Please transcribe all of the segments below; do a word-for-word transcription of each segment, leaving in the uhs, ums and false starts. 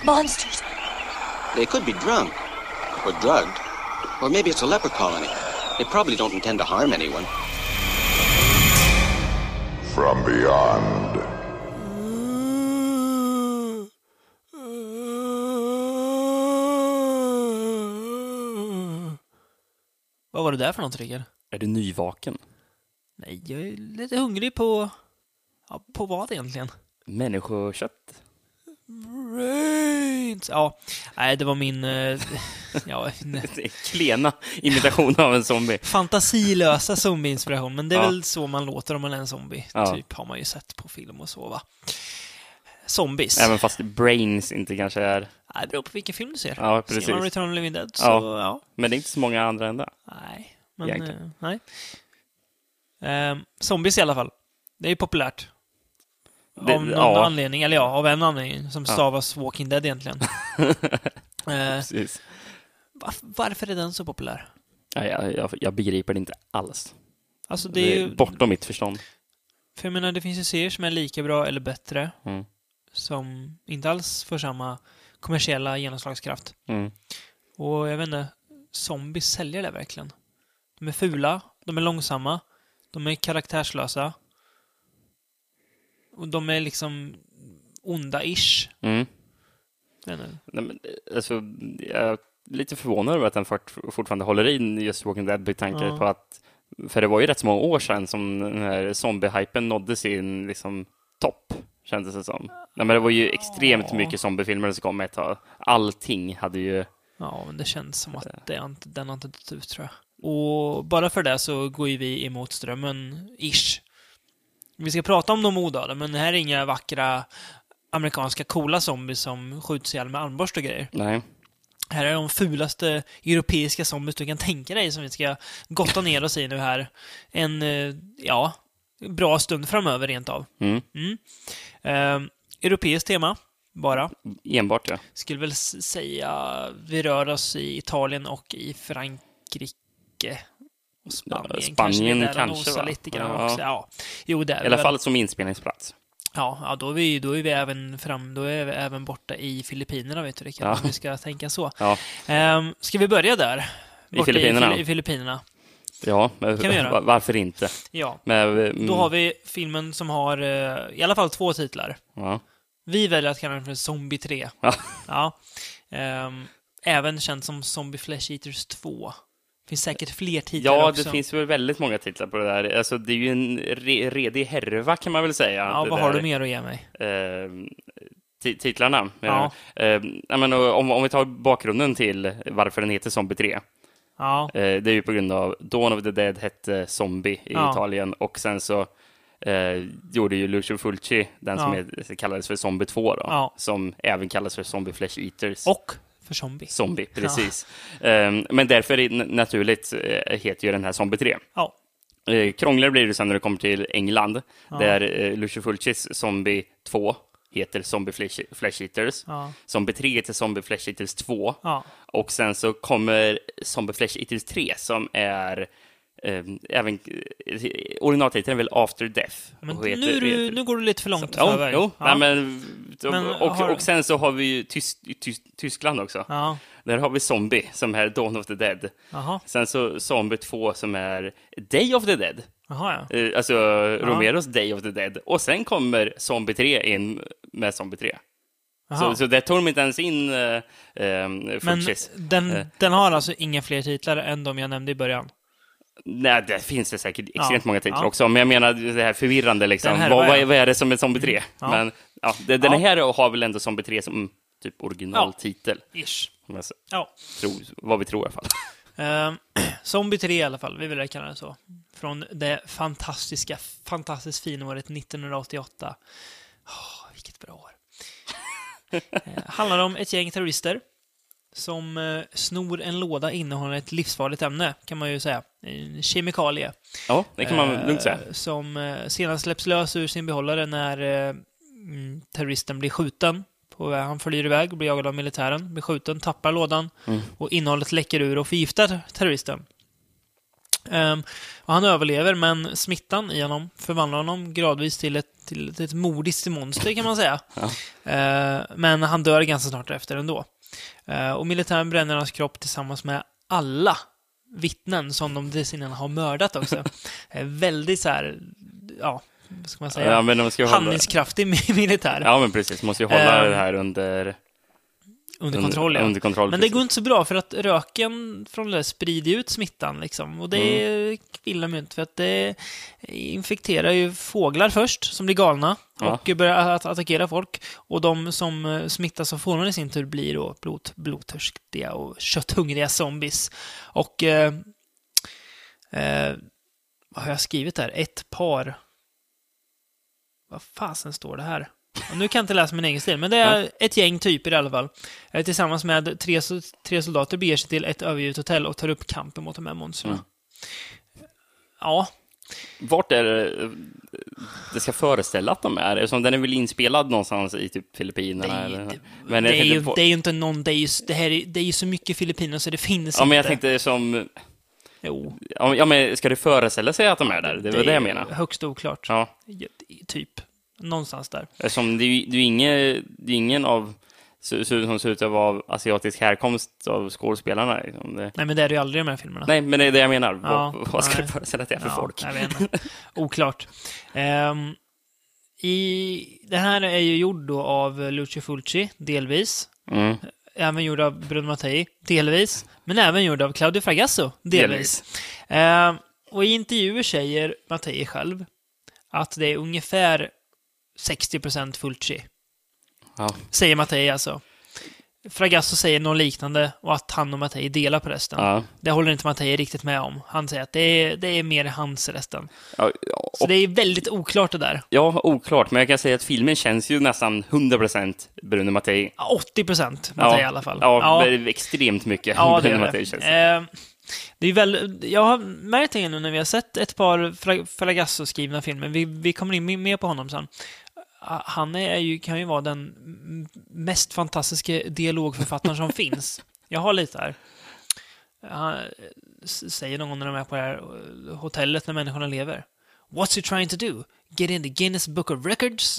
like monsters. They could be drunk or drugged, or maybe it's a leper colony. They probably don't intend to harm anyone. From beyond. Vad var det där för något, Rickard? Är du nyvaken? Nej, jag är lite hungrig på... Ja, på vad egentligen? Människokött? Brains. Ja, nej, det var min... eh, ja, Klena imitation av en zombie. fantasilösa zombie-inspiration. Men det är Ja. väl så man låter om man är en zombie. Ja. Typ har man ju sett på film och så, va? Zombies. Även fast Brains inte kanske är... Nej, det beror på vilken film du ser. Ja, precis. Ser man Return of the Living Dead så, Ja. ja. Men det är inte så många andra än det. Nej, men... Egentligen. eh, nej. Ehm, zombies i alla fall. Det är ju populärt. Det- Av någon ja. anledning, eller ja, av en anledning som Ja. stavas Walking Dead egentligen. eh, Precis. var, varför är den så populär? Ja, jag, jag, jag begriper det inte alls. Alltså det Det är är ju... bortom mitt förstånd. För jag menar, det finns ju serier som är lika bra eller bättre Mm. som inte alls får samma kommersiella genomslagskraft. Mm. Och jag vet inte, zombies säljer det verkligen. De är fula, de är långsamma, de är karaktärslösa. Och de är liksom onda-ish. Mm. Jag vet inte. Nej, men, alltså, jag är lite förvånad över att den fort, fortfarande håller in just Walking Dead med tanke Ja. på att, för det var ju rätt så många år sedan som den här zombie-hypen nådde sin liksom, topp, kändes det som. Nej, men det var ju extremt Ja. mycket zombiefilmer som kom ett tag. Allting hade ju... Ja, men det känns som att det är inte, den har inte dött ut, tror jag. Och bara för det så går ju vi emot strömmen, ish. Vi ska prata om de odöda, men det här är inga vackra amerikanska coola zombies som skjuts ihjäl med armborst och grejer. Nej. Här är de fulaste europeiska zombies du kan tänka dig som vi ska gotta ner oss i nu här. En, eh, ja, bra stund framöver rent av. Mm. Mm. Eh, europeiskt tema, bara. Enbart, ja. Skulle väl s- säga vi rör oss i Italien och i Frankrike. Och Spanien, Ja, kanske. Spanien det är där kanske, nosar va? lite grann Ja. också. Ja. Jo, det är I alla väl. fall som inspelningsplats. Ja, ja då, är vi, då är vi även fram, då är vi även borta i Filippinerna, vet du, Rickard, Ja. om vi ska tänka så. Ja, Um, ska vi börja där? Borta Filippinerna? I, Fili- i Filippinerna. ja men Kan vi göra? va- varför inte? Ja. Men, mm, Då har vi filmen som har eh, i alla fall två titlar. ja. Vi väljer att kalla den för Zombie tre. Ja. Ja. Ehm, även känd som Zombie Flesh Eaters två. Det finns säkert fler titlar Ja, också. det finns väl väldigt många titlar på det där. Alltså, det är ju en re- redig härva kan man väl säga. Ja, det vad där. har du mer att ge mig? Ehm, ti- titlarna. Ja. Ehm, jag menar, om, om vi tar bakgrunden till varför den heter Zombie tre. Ja. Eh, det är ju på grund av Dawn of the Dead hette Zombie i Ja. Italien och sen så eh, gjorde ju Lucio Fulci den som Ja. är, kallades för Zombie två då, Ja. som även kallas för Zombie Flesh Eaters. Och för zombie. Zombie, precis. Ehm, men därför är det naturligt eh, heter ju den här Zombie tre. Ja. Eh, krångligare blir det sen när det kommer till England, Ja. där eh, Lucio Fulcis Zombie två heter Zombie Flesh, Flesh Eaters. Ja. Zombie tre heter Zombie Flesh Eaters två. Ja. Och sen så kommer Zombie Flesh Eaters tre som är eh, även eh, originaltiteln är väl After Death. Men Och heter- nu, är du, heter- nu går du lite för långt i Jo, förväg. jo. Ja. Nej, men, Men och, har- och sen så har vi ju Tys, Tys, Tyskland också. Ja. Där har vi Zombie som är Dawn of the Dead. Jaha. Sen så Zombie två som är Day of the Dead. Jaha, ja. Eh, Alltså Romeros Day of the Dead. Och sen kommer Zombie tre in med Zombie tre. Jaha. Så, så där tog de inte ens in uh, uh, Men Fulcis. den, Eh. den har alltså inga fler titlar än de jag nämnde i början. Nej, det finns det säkert extremt Ja, många titlar ja. också. Men jag menar det här förvirrande liksom. Den här vad, var vad, är, jag. vad är det som är Zombie tre? Ja. Men ja, det, den Ja. här har väl ändå Zombie tre som typ originaltitel. Ish. Om jag så- Ja. Tror, vad vi tror i alla fall. Ehm, Zombie tre i alla fall, vi vill kalla det så. Från det fantastiska, fantastiskt fina året nittonhundraåttioåtta. Åh, vilket bra år. Eh, handlar om ett gäng terrorister som eh, snor en låda innehållande ett livsfarligt ämne, kan man ju säga. En kemikalie. Ja, det kan man Eh, lugnt säga. Som eh, senast släpps lös ur sin behållare när eh, mm, terroristen blir skjuten. På, han flyr iväg och blir jagad av militären, blir skjuten, tappar lådan Mm. och innehållet läcker ur och förgiftar terroristen. Um, och han överlever, men smittan i honom förvandlar honom gradvis till ett, till, till ett modiskt monster, kan man säga. Ja. Uh, men han dör ganska snart efter ändå. Uh, och militären bränner hans kropp tillsammans med alla vittnen som de dessinen har mördat också. uh, väldigt så här, ja, vad ska man säga? Ja, men de ska hålla... handlingskraftig militär. Ja, men precis. Måste ju hålla um, det här under... Under kontroll, ja. Under kontroll, men precis. det går inte så bra för att röken från det sprider ut smittan liksom. Och det mm. vill de ju inte, för att det infekterar ju fåglar först som blir galna ja. och börjar att attackera folk. Och de som smittas av fåglarna i sin tur blir då blod, blodtörstiga och kötthungriga zombies. Och eh, eh, vad har jag skrivit där? Ett par. Vad fasen står det här? Och nu kan jag inte läsa min egen stil, men det är ja. ett gäng typer i alla fall. Tillsammans med tre, tre soldater beger sig till ett övergivet hotell och tar upp kampen mot de här monstren. Mm. Ja. Vart är det det ska föreställa att de är? Som den är väl inspelad någonstans i typ Filippinerna? Det är, eller? Det, men det, är ju, på... det är ju inte någon... Det är ju, det här är, det är ju så mycket Filippinerna så det finns ja, inte. Men jag tänkte som... Jo. Ja, men ska det föreställa sig att de är där? Det är väl det jag menar. Högst oklart. Ja. Typ. Någonstans där. Som det är ju det är ingen, det är ingen av som ser ut att vara asiatisk härkomst av skådespelarna. Liksom. Det... Nej, men det är det ju aldrig i de här filmerna. Nej, men det är det jag menar. Ja, vad, vad ska nej. det föreställa till för ja, folk? Jag vet inte. Oklart. Um, i, det här är ju gjord då av Lucio Fulci, delvis. Mm. Även gjord av Bruno Mattei, delvis. Men även gjord av Claudio Fragasso, delvis. delvis. Um, och i intervjuer säger Mattei själv att det är ungefär sextio procent Fulci. Ja. Säger Mattei alltså. Fragasso säger något liknande och att han och Mattei delar på resten. Ja. Det håller inte Mattei riktigt med om. Han säger att det är, det är mer hans resten. Ja, ja, och... Så det är väldigt oklart det där. Ja, oklart. Men jag kan säga att filmen känns ju nästan hundra procent Bruno Mattei. åttio procent Mattei ja. i alla fall. Ja, ja. Extremt mycket ja, Bruno det Mattei känns. Eh, det är väl, jag har märkt det nu när vi har sett ett par Fragasso-skrivna filmer. Vi, vi kommer in mer på honom sen. Han är ju, kan ju vara den mest fantastiska dialogförfattaren som finns. Jag har lite här. Han säger någon när de är på det här hotellet när människorna lever. What's he trying to do? Get in the Guinness Book of Records?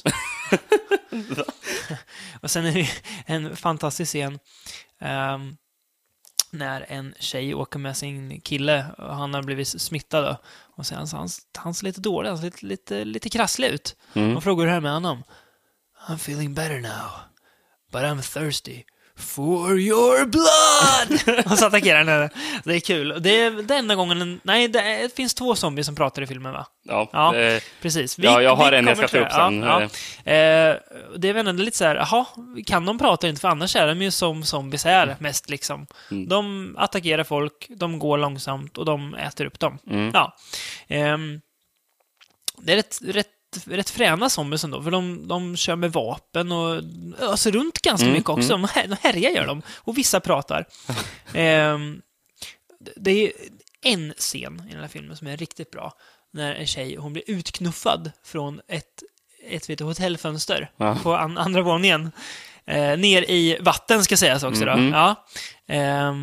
Och sen är det en fantastisk scen um, när en tjej åker med sin kille och han har blivit smittad då. Och sen så han, han ser lite dålig, han ser lite, lite, lite krasslig ut. Mm. Och frågar hur det är med honom. I'm feeling better now, but I'm thirsty for your blood! Och så attackerar han henne. Det är kul. Det är den enda gången... Nej, det finns två zombies som pratar i filmen, va? Ja, ja det... precis. Vi, ja, jag har vi en jag ska ta upp sen. Ja, ja. Eh, det är väl ändå lite så här, jaha, kan de prata inte? För annars är de ju som zombies är mest liksom. Mm. De attackerar folk, de går långsamt och de äter upp dem. Mm. Ja. Eh, det är rätt, rätt rätt fräna zombies ändå, för de, de kör med vapen och öser runt ganska mm, mycket också. Mm. De härjar gör de. Och vissa pratar. eh, det är en scen i den här filmen som är riktigt bra. När en tjej, hon blir utknuffad från ett, ett vet du, hotellfönster ja. på an, andra våningen. Eh, ner i vatten ska sägas också. Mm, då. Ja. Eh,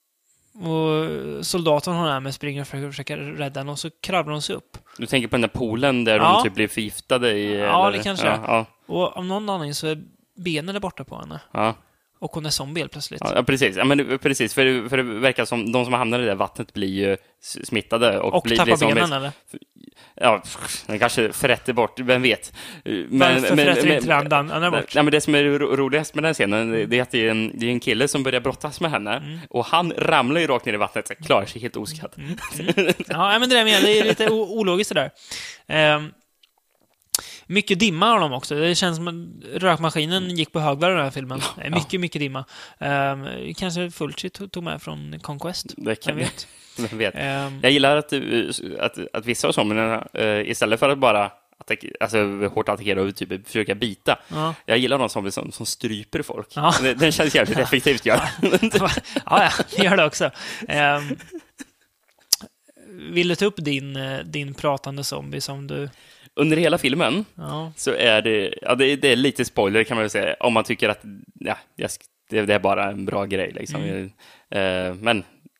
och soldaten hon är med springer för att försöka rädda henne och så kravlar hon sig upp. Du tänker på den där poolen där ja. de typ blev förgiftade i... Ja, eller? det kanske ja, ja. Och av någon anledning så är benen är borta på henne. Ja. Och hon är zombie helt plötsligt. Ja, precis. Ja, men precis. För det, för det verkar som de som hamnar i det där vattnet blir ju smittade. Och, och blir, tappar liksom, benen, eller? Ja, den kanske förrätter bort, vem vet. Men, Varför förrätter inte den den andra bort? Nej, men det som är ro- roligast med den scenen, det är att det är en, det är en kille som börjar brottas med henne. Mm. Och han ramlar ju rakt ner i vattnet och klarar sig helt oskadd. Mm. Mm. Ja, men det där med, det är lite o- ologiskt det där. Um, mycket dimma har de också. Det känns som att rökmaskinen gick på högvarv i den här filmen. Ja. Mycket, mycket dimma. Um, kanske Fulci tog med från Conquest. Det kan jag vet. Jag, vet. Um, jag gillar att, att, att vissa av zombierna, uh, istället för att bara attack- alltså, hårt attackera och typ försöka bita. Ja. Jag gillar de zombies som, som stryper folk. Ja. Den, den känns jävligt effektivt. Ja, ja, ja, det gör det också. Um, vill du ta upp din, din pratande zombie som du... Under hela filmen ja. så är det, ja, det, är, det är lite spoiler kan man väl säga, om man tycker att ja, det, det är bara en bra grej. Liksom. Mm. Uh, men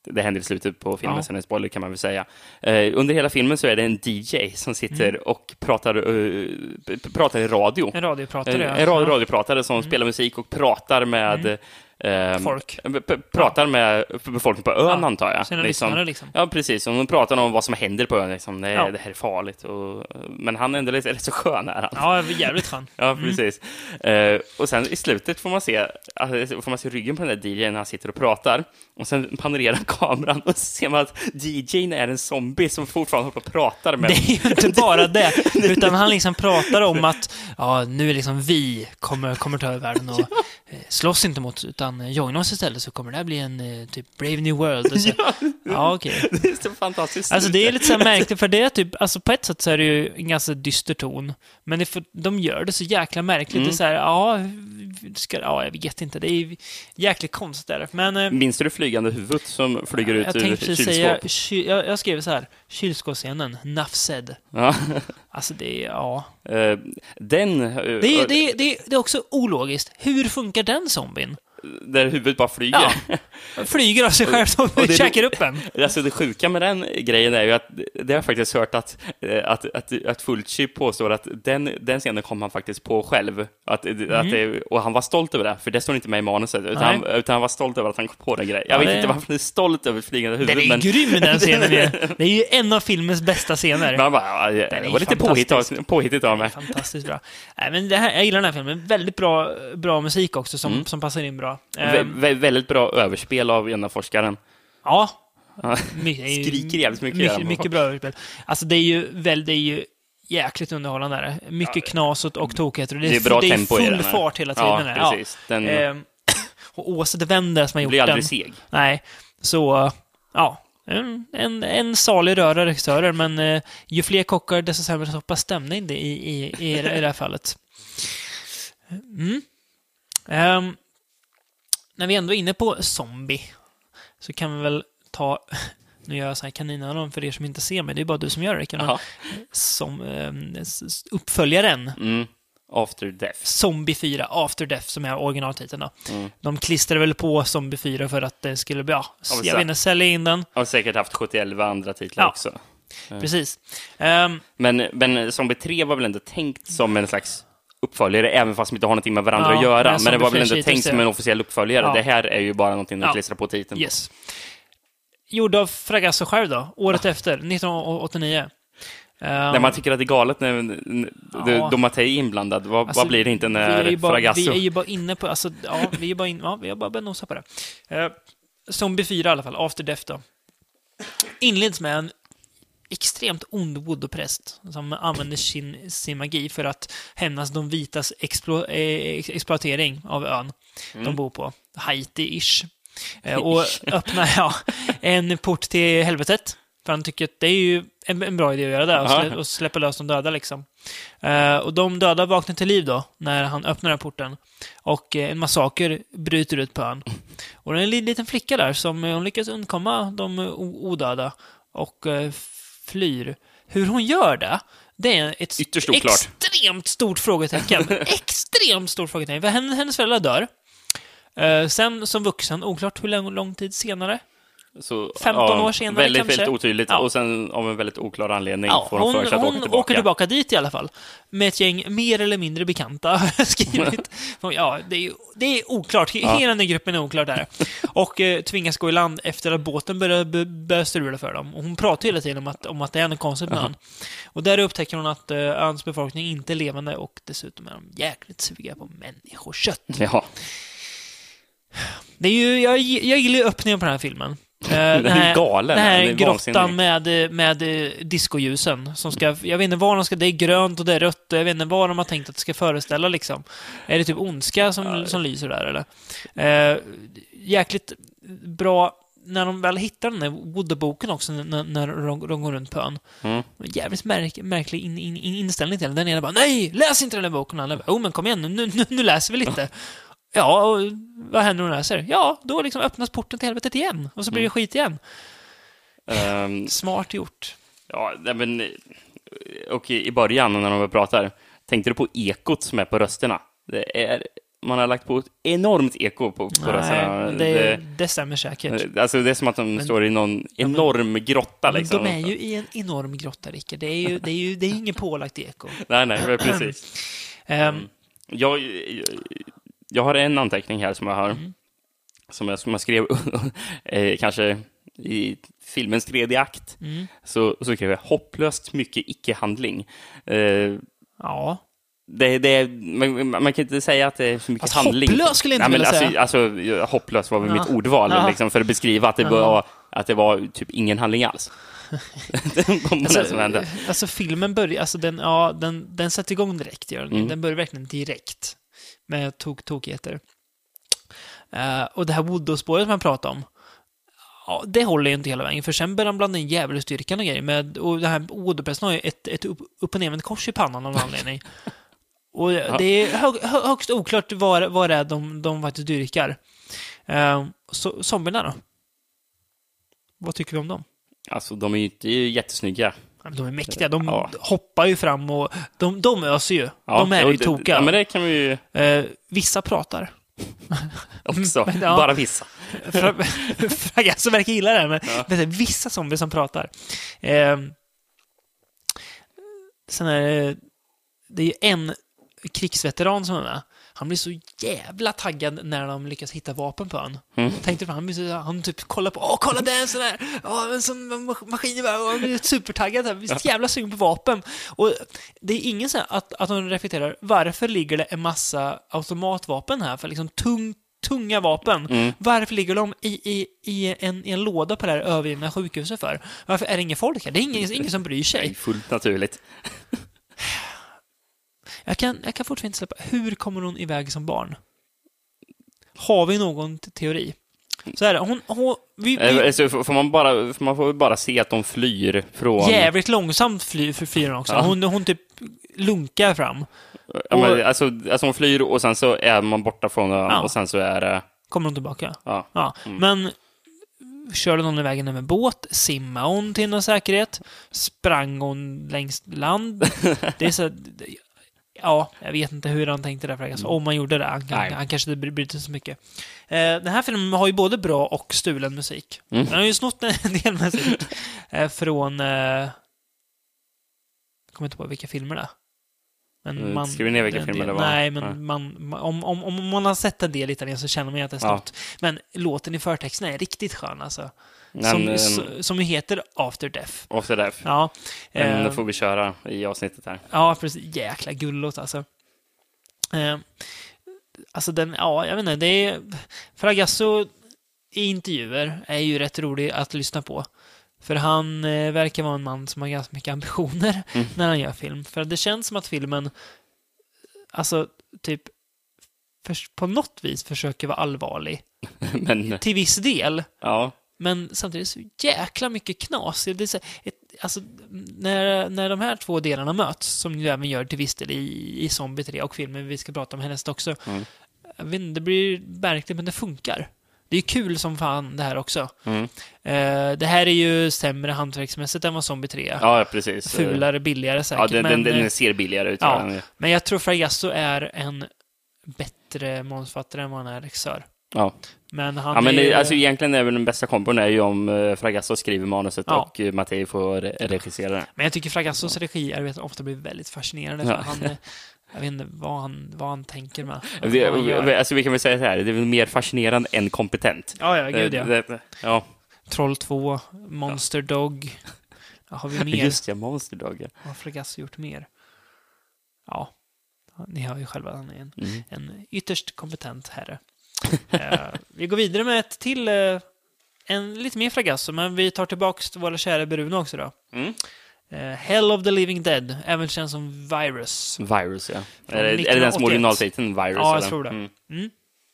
det händer i slutet på filmen, ja. sen en spoiler kan man väl säga. Eh, under hela filmen så är det en D J som sitter mm. och pratar, uh, pratar i radio. En radiopratare, En, en radio, radiopratare som mm. spelar musik och pratar med... Mm. Um, folk. P- pratar ja. med befolkningen på ön, ja. antar jag. Sina liksom. liksom. Ja, precis. Och de pratar om vad som händer på ön. Liksom. Det, ja. det här är farligt. Och, men han är ändå lite, är så skön. Är han. Ja, jävligt skön. Ja, precis. Mm. Uh, och sen i slutet får man se alltså, får man se ryggen på den där D J:n när han sitter och pratar. Och sen panorerar kameran och så ser man att D J:n är en zombie som fortfarande håller på och pratar med. Det är ju inte bara det. Utan han liksom pratar om att ja, nu är liksom vi kommer, kommer ta över världen och ja. slåss inte mot utan joina oss istället så kommer det här bli en typ Brave New World. Och så, ja, ja okej. Okay. Det är så fantastiskt. Alltså det är lite så märkligt för det är typ, alltså på ett sätt så är det ju en ganska dyster ton. Men det för, de gör det så jäkla märkligt. Mm. Det är så här, ja, ska, ja, jag vet inte. Det är jäkligt konstigt där. Men, minns du det flygande huvudet som flyger ut jag ur kylskåp? Säga, ky, jag, jag skrev så här, kylskåpsscenen, enough said. Ja. Alltså det är, ja. Uh, den... Uh, det, är, det, är, det, är, det är också ologiskt. Hur funkar den zombien? Där huvudet bara flyger. Ja, flyger av sig själv och, och käkar upp en. Alltså det sjuka med den grejen är ju att det har jag faktiskt hört att, att, att, att Fulci påstår att den, den scenen kom han faktiskt på själv. Att, mm. att det, och han var stolt över det, för det står inte med i manuset. Utan han, utan han var stolt över att han kom på den grejen. Jag ja, vet det... inte varför han är stolt över flygande huvud. Den är men... grym den scenen. Det är ju en av filmens bästa scener. Man bara, ja, det var lite påhittigt, påhittigt av mig. Fantastiskt bra. Nej, men det här, jag gillar den här filmen. Väldigt bra, bra musik också som, mm. som passar in bra. Vä- vä- väldigt bra överspel av ena forskaren. Ja. Mycket, skriker jävligt mycket. Mycket, mycket bra överspel. Alltså det är ju väl det är ju jäkligt underhållande där. Mycket ja, knas och, och tokheter. Det är, det är bra det är tempo full i den här. Fart hela tiden. Ja, precis. Ja. Den... Ehm, och Åsa de Wende som har gjort blir aldrig den. Seg. Nej. Så, ja. En, en, en salig röra regissörer, men eh, ju fler kockar desto sämre soppa stämning det i, i, i, i det här fallet. Mm. Um, när vi ändå är inne på zombie så kan vi väl ta, nu gör jag så här kaninöron för er som inte ser mig, det är bara du som gör det, kan som um, uppföljaren mm. After Death. Zombie fyra, After Death som är originaltiteln då. Mm. De klistrade väl på Zombie fyra för att det skulle bli, ja, jag vet inte, sälja in den. Har säkert haft sjuttioelva andra titlar ja. också. Mm. Precis. Um, men, men Zombie tre var väl ändå tänkt som en slags uppföljare, även fast de inte har någonting med varandra ja, att göra. Men, men det var väl ändå tänkt som en officiell uppföljare. Ja. Det här är ju bara någonting de ja. klistrar på titeln. Yes. Gjord av Fragasso själv då, året ja. efter, nittonhundraåttionio. Um, när man tycker att det är galet när ja. de är inblandad, vad, alltså, vad blir det inte när vi bara, Fragasso... Vi är ju bara inne på, alltså, ja, vi är bara in, ja, vi har bara börjat nosa på det. Uh, Zombie fyra i alla fall, After Death då. Inleds med en extremt ond voodoo-präst som använder sin, sin magi för att hämnas de vitas explo, eh, exploatering av ön mm. de bor på, Haiti-ish. Eh, och öppnar ja, en port till helvetet. För han tycker att det är ju en, en bra idé att göra det och, slä, och släppa lös de döda liksom. Uh, och de döda vaknar till liv då när han öppnar den porten. Och uh, en massaker bryter ut på ön. Och det är en liten flicka där som uh, hon lyckas undkomma de uh, odöda och uh, flyr. Hur hon gör det, det är ett ytterst oklart. Extremt stort frågetecken. extremt stort frågetecken. För hennes, hennes föräldrar dör. Uh, sen som vuxen, oklart hur lång, lång tid senare. Så, femton ja, år senare väldigt, kanske. Väldigt otydligt. Ja. Och sen av en väldigt oklar anledning ja, får hon, hon för sig att hon åka tillbaka. åker tillbaka dit i alla fall. Med ett gäng mer eller mindre bekanta skrivit. Ja, det är, det är oklart. Ja. Hela den gruppen är oklart där. Och eh, tvingas gå i land efter att båten börjar börja strula för dem. Och hon pratar hela tiden om att, om att det är en konstigt med ön. Och där upptäcker hon att eh, öns befolkning inte är levande och dessutom är de jäkligt suga på människokött. Ja. Det är ju, jag, jag gillar ju öppningen på den här filmen. Uh, den här, galen, den här grottan med, med diskoljusen som ska, jag vet inte vad de ska, det är grönt och det är rött och jag vet inte vad de har tänkt att det ska föreställa liksom. Är det typ ondska som, uh. som lyser där eller? Uh, jäkligt bra när de väl hittar den där Woodboken också när, när de, de går runt på ön. Mm. Jävligt märk, märklig in, in, in, inställning till den. Den ena bara, nej, läs inte den där boken. Och oh, men kom igen, nu, nu, nu läser vi lite. Ja, och vad händer när hon läser? Ja, då liksom öppnas porten till helvetet igen. Och så blir det skit igen. Um, Smart gjort. Ja, men och i början när de pratar, tänkte du på ekot som är på rösterna? Det är, man har lagt på ett enormt eko på, på rösterna. Nej, det, det stämmer säkert. Alltså det är som att de Men- står i någon enorm grotta Men liksom. de är ju i en enorm grotta, Rickard. Det är ju, det är ju det är ingen pålagt eko. Nej, nej, men precis. Um, Jag, jag har en anteckning här som jag har Mm. som, jag, som jag skrev eh, kanske i filmens tredje akt. Mm. Så, så skrev jag hopplöst mycket icke-handling. Eh, ja. det, det, man, man kan inte säga att det är så mycket Alltså, handling. hopplös skulle jag inte Nej, men vilja alltså, säga. Alltså, hopplös var väl Ja. mitt ordval Ja. liksom, för att beskriva att det, Ja. var, att det var typ ingen handling alls. På Alltså, det som hände. alltså filmen börjar, alltså den, ja, den, den sätter igång direkt, gör den. Mm. Den börjar verkligen direkt med tok tokigheter. Uh, och det här Woodall-spåret som man pratar om, ja, det håller ju inte hela vägen, för sen börjar han blanda in djävulstyrkan och grejer med, och det här Woodall-prästen har ju ett, ett upp, upp och ner kors i pannan av någon anledning. Och det är hög, hö, högst oklart vad, vad det är de, de faktiskt dyrkar. Uh, så zombierna då? Vad tycker vi om dem? Alltså, de är ju inte jättesnygga. Ja, men de är mäktiga. De Ja. hoppar ju fram och de, de öser ju. Ja, de är och ju det- tokiga. Ja, men det kan vi ju Eh, vissa pratar. också. Men, ja. Bara vissa. Fragasso verkar gilla det här, men Ja. det är vissa zombier som pratar. Eh, sen är det, det är ju en krigsveteran som är med. Han blir så jävla taggad när de lyckas hitta vapen på honom. Mm. Tänkte på han, blir så- han typ kollar på, åh kolla där, sån där, åh en sån ma- maskingevär, och han blir supertaggad, han blir så jävla sugen på vapen. Och det är ingen så här att, att de reflekterar, varför ligger det en massa automatvapen här, för liksom tung, tunga vapen. Mm. Varför ligger de i, i, i, en, i en låda på det här övergivna sjukhuset för? Varför är det ingen folk här? Det är ingen, ingen som bryr Det är sig. fullt naturligt. Jag kan, jag kan fortfarande inte släppa. Hur kommer hon iväg som barn? Har vi någon te- teori? Så här, hon, hon vi, Eh, vi, Så får man, bara, får man får bara se att de flyr från... jävligt långsamt fly, för flyr hon också. Ja. Hon, hon typ lunkar fram. Ja, men, och- alltså, alltså hon flyr och sen så är man borta från ön Ja. och sen så är det... Kommer hon tillbaka? Ja. Ja. Mm. Men körde hon iväg henne med båt? Simmade hon till någon säkerhet? Sprang hon längs land? Det är så... Ja, jag vet inte hur han tänkte där. Alltså, om man gjorde det. Han, Nej. han kanske inte brydde sig så mycket. Eh, den här filmen har ju både bra och stulen musik. Mm. Den har ju snott en del musik eh, från... Eh, jag kommer inte på vilka filmer det är. Men Eh, man, skriver ner vilka en filmer del- det var. Nej, men Nej. man, man, om, om, om man har sett en del italienskt så känner man ju att det är Ja. snott. Men låten i förtexten är riktigt skön alltså. Men, Som, eh, s- som ju heter After Death. After Death. Ja, Men eh, då får vi köra i avsnittet här. ja precis. Jäkla gullåt alltså. Eh, alltså den, ja, jag vet inte, det är... Fragasso i intervjuer är ju rätt rolig att lyssna på. För han eh, verkar vara en man som har ganska mycket ambitioner Mm. när han gör film. För det känns som att filmen, alltså typ för, på något vis försöker vara allvarlig. Men, Till viss del. ja. Men samtidigt så jäkla mycket knas. Det är så, ett, alltså, när, när de här två delarna möts, som ju även gör till viss del i, i Zombie tre och filmen vi ska prata om härnäst också. Mm. Jag vet inte, det blir verkligen, men det funkar. Det är kul som fan det här också. Mm. Eh, det här är ju sämre hantverksmässigt än vad Zombie tre är. Ja, precis. Fulare, billigare säkert. Ja, den, men, den, eh, den ser billigare ut. ja. Ja. men jag tror Fragasso är en bättre manusförfattare än vad han är regissör. Ja. Men han Ja, men är, det, alltså, egentligen är väl den bästa kompon är ju om uh, Fragasso skriver manuset Ja. och uh, Mattei får re- regissera det. Men jag tycker Fragassos regiarbete ofta blir väldigt fascinerande. Ja. För han, eh, jag vet inte vad han, vad han tänker med. Vi, vad han vi, gör. alltså, vi kan väl säga så här, det är väl mer fascinerande än kompetent. Ja, ja, gud ja. Det- det- ja. Troll två, Monster Dog. Ja, har vi mer? Just ja, Monster Dog. Ja. Vad har Fragasso gjort mer? Ja, ni hör ju själva att han är en, Mm. en ytterst kompetent herre. eh, vi går vidare med ett till, eh, en lite mer Fragasso, men vi tar tillbaka våra kära Bruno också då. Mm. Eh, Hell of the Living Dead, även känd som Virus. Virus, ja. Från Är det, är det den som nittonhundraåttioett? originaltiteln, Virus? Ja, jag eller? tror det. Mm. Mm.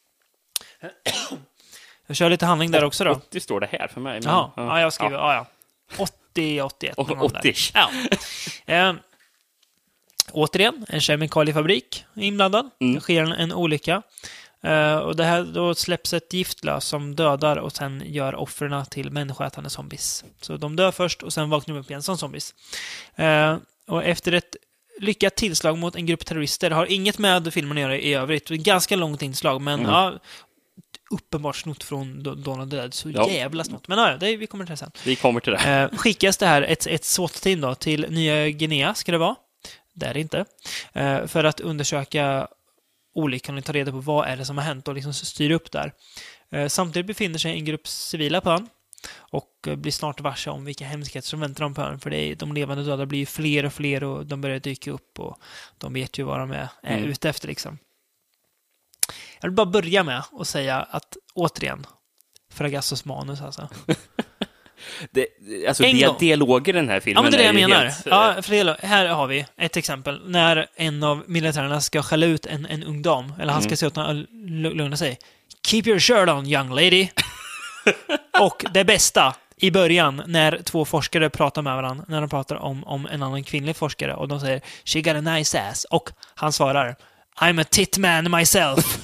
Jag kör lite handling där också då. åttio står det här för mig. Men, Jaha, ja, jag skriver, ja, ja. åttio, åttioett. Och någon gång där. åttio. Ja. Eh, återigen, en kemikaliefabrik är inblandad. Mm. Det sker en, en olycka. Eh, och det här, då släpps ett giftlös som dödar och sen gör offren till människoätande zombies. Så de dör först och sen vaknar de upp igen som zombies. Eh, och efter ett lyckat tillslag mot en grupp terrorister. Har inget med filmen att göra i övrigt. Ganska långt inslag, men mm. ja, uppenbart snott från Dawn of the Dead. Så ja. jävla snott. Men ja, det, vi kommer till det sen. Vi kommer till det. Eh, skickas det här ett, ett SWAT-team då till Nya Guinea, ska det vara. Det är det inte. Eh, för att undersöka olyckan och ta reda på vad är det som har hänt och liksom styra upp där. Eh, samtidigt befinner sig en grupp civila på ön och eh, blir snart varse om vilka hemskheter som väntar dem på ön. För det är, de levande döda blir ju fler och fler och de börjar dyka upp och de vet ju vad de är, är mm. ute efter liksom. Jag vill bara börja med att säga att återigen Fragassos manus alltså. Det, alltså dia- dialoger i den här filmen. Ja, men det är det jag menar. Helt... Ja, för här har vi ett exempel. När en av militärerna ska skälla ut en, en ung dam. Eller han ska mm. se åt att lugna sig. Keep your shirt on, young lady. Och det bästa i början, när två forskare pratar med varandra. När de pratar om, om en annan kvinnlig forskare. Och de säger, she got a nice ass. Och han svarar, I'm a tit man myself.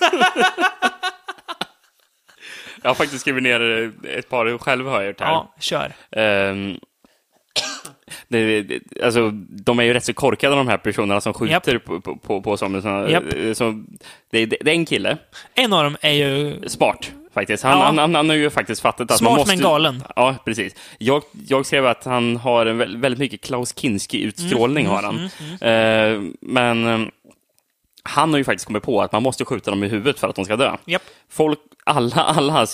Jag har faktiskt skrivit ner ett par själv har jag gjort här. Ja, kör. Um, det, det, alltså, de är ju rätt så korkade, de här personerna som skjuter yep. på, på, på, på som, yep. så, det, det, det är en kille. En av dem är ju... Smart, faktiskt. Han, ja. han, han, han har ju faktiskt fattat att Smart man måste... men galen. Ja, precis. Jag, jag skrev att han har en väldigt, väldigt mycket Klaus Kinski-utstrålning, mm, har han. Mm, mm. Uh, men... Han har ju faktiskt kommit på att man måste skjuta dem i huvudet för att de ska dö. Yep. Folk, alla, alla hans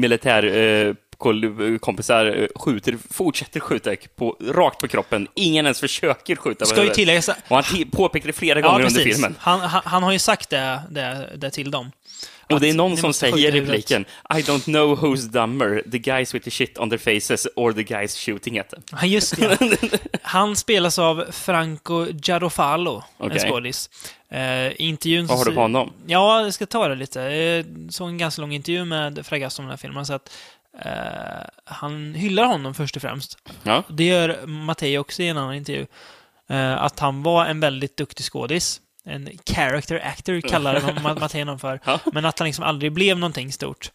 militärkompisar eh, skjuter, fortsätter skjuta på, rakt på kroppen. Ingen ens försöker skjuta Ska på ju tillägga... Och han t- påpekar det flera gånger ja, under filmen. Han, han, han har ju sagt det, det, det till dem. Och det är någon som säger i repliken, I don't know who's dumber, the guys with the shit on their faces or the guys shooting at them. Ja, just det. Han spelas av Franco Garofalo, okay. En skådis. Uh, intervjun... Vad har du på honom? Ja, jag ska ta det lite. Jag såg en ganska lång intervju med Fragasso om den här filmen, så att uh, han hyllar honom först och främst. Ja. Det gör Mattei också i en annan intervju. Uh, att han var en väldigt duktig skådis. En character actor kallade Mattei honom för. Ja. Men att han liksom aldrig blev någonting stort.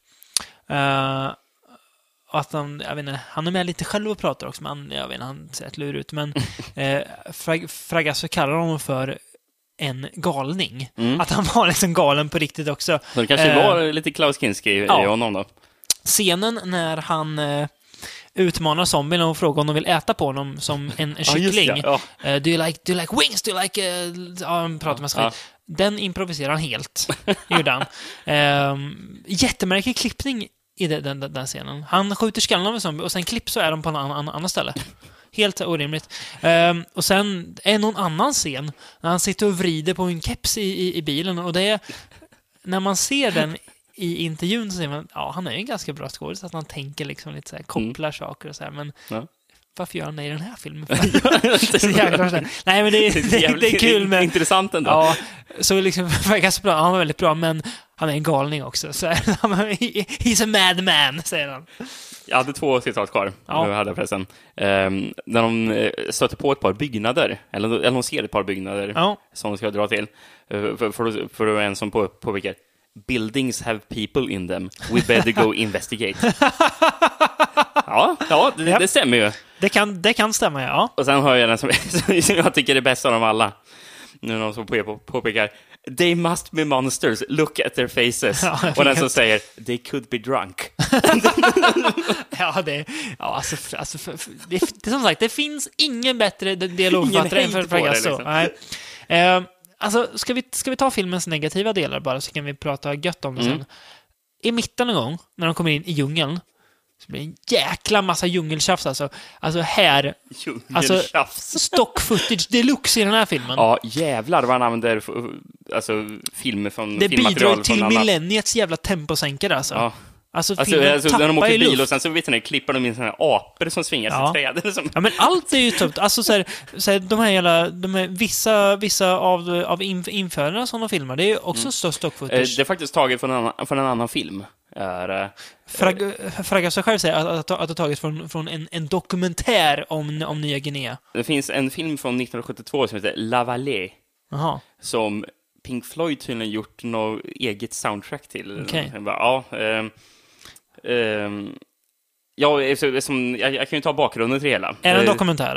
Uh, och att han, jag vet inte, han är med lite själv och pratar också, men jag vet inte, han ser ett lur ut. Men uh, Frag- Fragasso kallar honom för en galning. Mm. Att han var liksom galen på riktigt också. Så det kanske uh, var lite Klaus Kinski i ja. honom då. Scenen när han... Uh, utmanar zombien och frågar om de vill äta på honom som en, en kyckling. Ja, ja. Uh, do you like do you like wings? Do you like uh, ja, han pratar med skit. Ja. Den improviserar han helt. Gjorde han. Uh, jättemärklig klippning i den, den, den scenen. Han skjuter skallen av en zombie och sen klipp så är de på en annan, annan ställe. Helt orimligt. Uh, och sen är någon annan scen när han sitter och vrider på en keps i, i, i bilen, och det är när man ser den i intervjun så säger man, ja, han är ju en ganska bra skådespelare, att han tänker liksom lite så här, kopplar mm. saker och så här, men ja. Varför gör han det i den här filmen? Så jävla, nej, men det är, det, det, det är kul, men intressant ändå. Ja, så liksom ganska bra, han var väldigt bra, men han är en galning också. Så he's a madman, säger han. Jag hade två citat kvar. Ja. Nu hade jag förresten. Um, när de stöter på ett par byggnader, eller, eller de ser ett par byggnader ja. som de ska dra till. Uh, för, för, för det var en som på, påpekar, buildings have people in them. We better go investigate. ja, ja det, det stämmer ju. Det kan, det kan stämma, ja. Och sen har jag den som, som jag tycker är bäst av dem alla. Nu är någon som på, påpekar, they must be monsters, look at their faces. Ja, och den som säger, they could be drunk. ja, det, ja, alltså, alltså för, för, det, det, som sagt, det finns ingen bättre dialogförfattare än för Fragasso. Liksom. Nej. Uh, Alltså, ska vi, ska vi ta filmens negativa delar bara, så kan vi prata gött om det mm. sen. I mitten en gång, när de kommer in i djungeln, så blir det en jäkla massa djungeltjafs. Alltså, alltså här... Alltså, stock footage deluxe i den här filmen. Ja, jävlar vad han använder alltså, filmer från det filmmaterial. Det bidrar till millenniets jävla temposänkare, alltså. Ja. Alltså, alltså, alltså när de åker bil och sen så vet ni, klipper de in såna här apor som svingar ja. sig i träden. Som... Ja, men allt är ju tufft. Alltså så här, så här, de här jävla, de här, vissa, vissa av, av införarna som de filmar, det är också mm. stock footage. Det är faktiskt taget från en annan, från en annan film. Är, Frag, Fragasso själv säger att, att, att det är taget från, från en, en dokumentär om, om Nya Guinea. Det finns en film från nittonhundrasjuttiotvå som heter La Vallée. Aha. Som Pink Floyd tydligen gjort något eget soundtrack till. Okay. Ja, eh, Um, ja, som, jag, jag kan ju ta bakgrunden till det hela. Är det en dokumentär eller?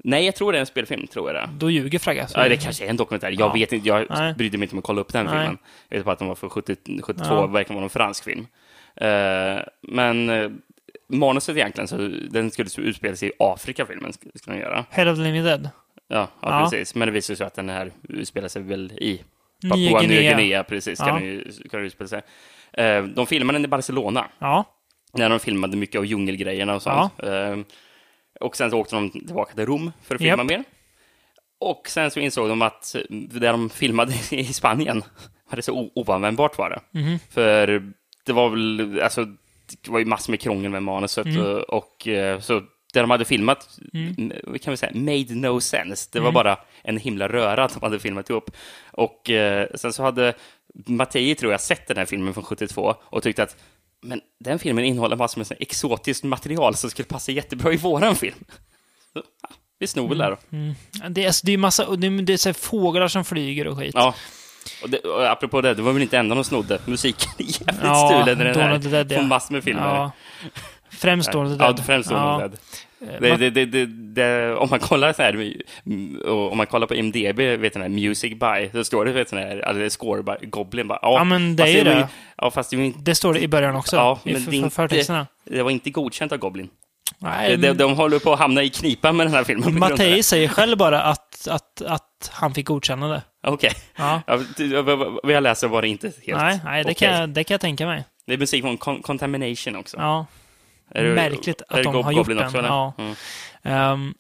Nej, jag tror det är en spelfilm, tror jag det. Då ljuger Fragasso. Ja, det kanske är en dokumentär. Jag Ja. vet inte, jag Nej. brydde mig inte om att kolla upp den Nej. filmen. Jag vet bara att den var från sjuttio, sjuttiotvå, Ja. verkar vara en fransk film. Uh, men uh, manuset egentligen, så den skulle utspela sig i Afrika, filmen skulle den göra. Head of the Living Dead. Ja, ja, Ja. precis. Men det visar sig att den här utspelar sig väl i Nya Papua Nya Guinea. Guinea, precis, Ja. kan den ju kan den utspela sig. Uh, de filmade den i Barcelona, Ja. när de filmade mycket av djungelgrejerna och sånt. Uh, och sen så åkte de tillbaka till Rom för att filma Japp. mer. Och sen så insåg de att där de filmade i Spanien var det så o- oanvändbart var det. Mhm. För det var väl, alltså, det var ju massor med krångel med manuset Mm. och, och eh, så det de hade filmat, Mm. m- kan vi säga, made no sense. Det var Mm. bara en himla röra att de hade filmat ihop. Och eh, sen så hade Mattei, tror jag, sett den här filmen från sjuttiotvå och tyckte att men den filmen innehåller massor med sån här exotiskt material som skulle passa jättebra i våran film. Så, ja, vi snor väl där då. Mm. Det är, alltså, det är massa, och det är, det är så här fåglar som flyger och skit. Ja, och, det, och apropå det, det var väl inte enda de snodde. Musiken är jävligt Ja, stulen i den Dawn här. of the Dead, ja. Från massor med filmer. Ja. Främst Dawn of the Ja, Dead. främst Dawn of the Dead. Det, det, det, det, det, om man kollar så här, mm, och om man kollar på I M D B, vet ni, Music by, så står det, vet ni, alltså, Score by Goblin. Bara, ja, Ja, men det fast är ju var det. Ja, fast det var inte, Det står det i början också. ja, I men för, det, är för, förtexterna. inte, det var inte godkänt av Goblin. Nej, De, de, men de håller på att hamna i knipa med den här filmen. på grund av Mattei det. säger själv bara att, att, att han fick godkänna det. Okej. Ja. Ja, det- vad vad jag läser var det inte helt Nej, nej det, okej. kan jag, det kan jag tänka mig. Det är musik från Con- Contamination också. Ja. Är det- Märkligt att är det de Gob- har gjort Goblin den. också, eller? Ja. Mm. Ehm,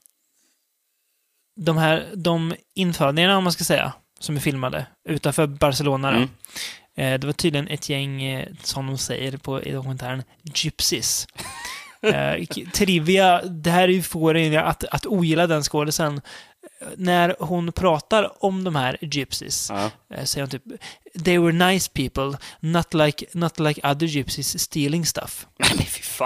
de här de infödingarna, om man ska säga, som är filmade utanför Barcelona. då. Mm. Eh, det var tydligen ett gäng, eh, som de säger på, i dokumentären, gypsies. Eh, k- trivia, det här är ju får en att, att ogilla den skådisen. När hon pratar om de här gypsies, Ja. eh, säger hon typ they were nice people, not like, not like other gypsies stealing stuff. Nej, men fy fan.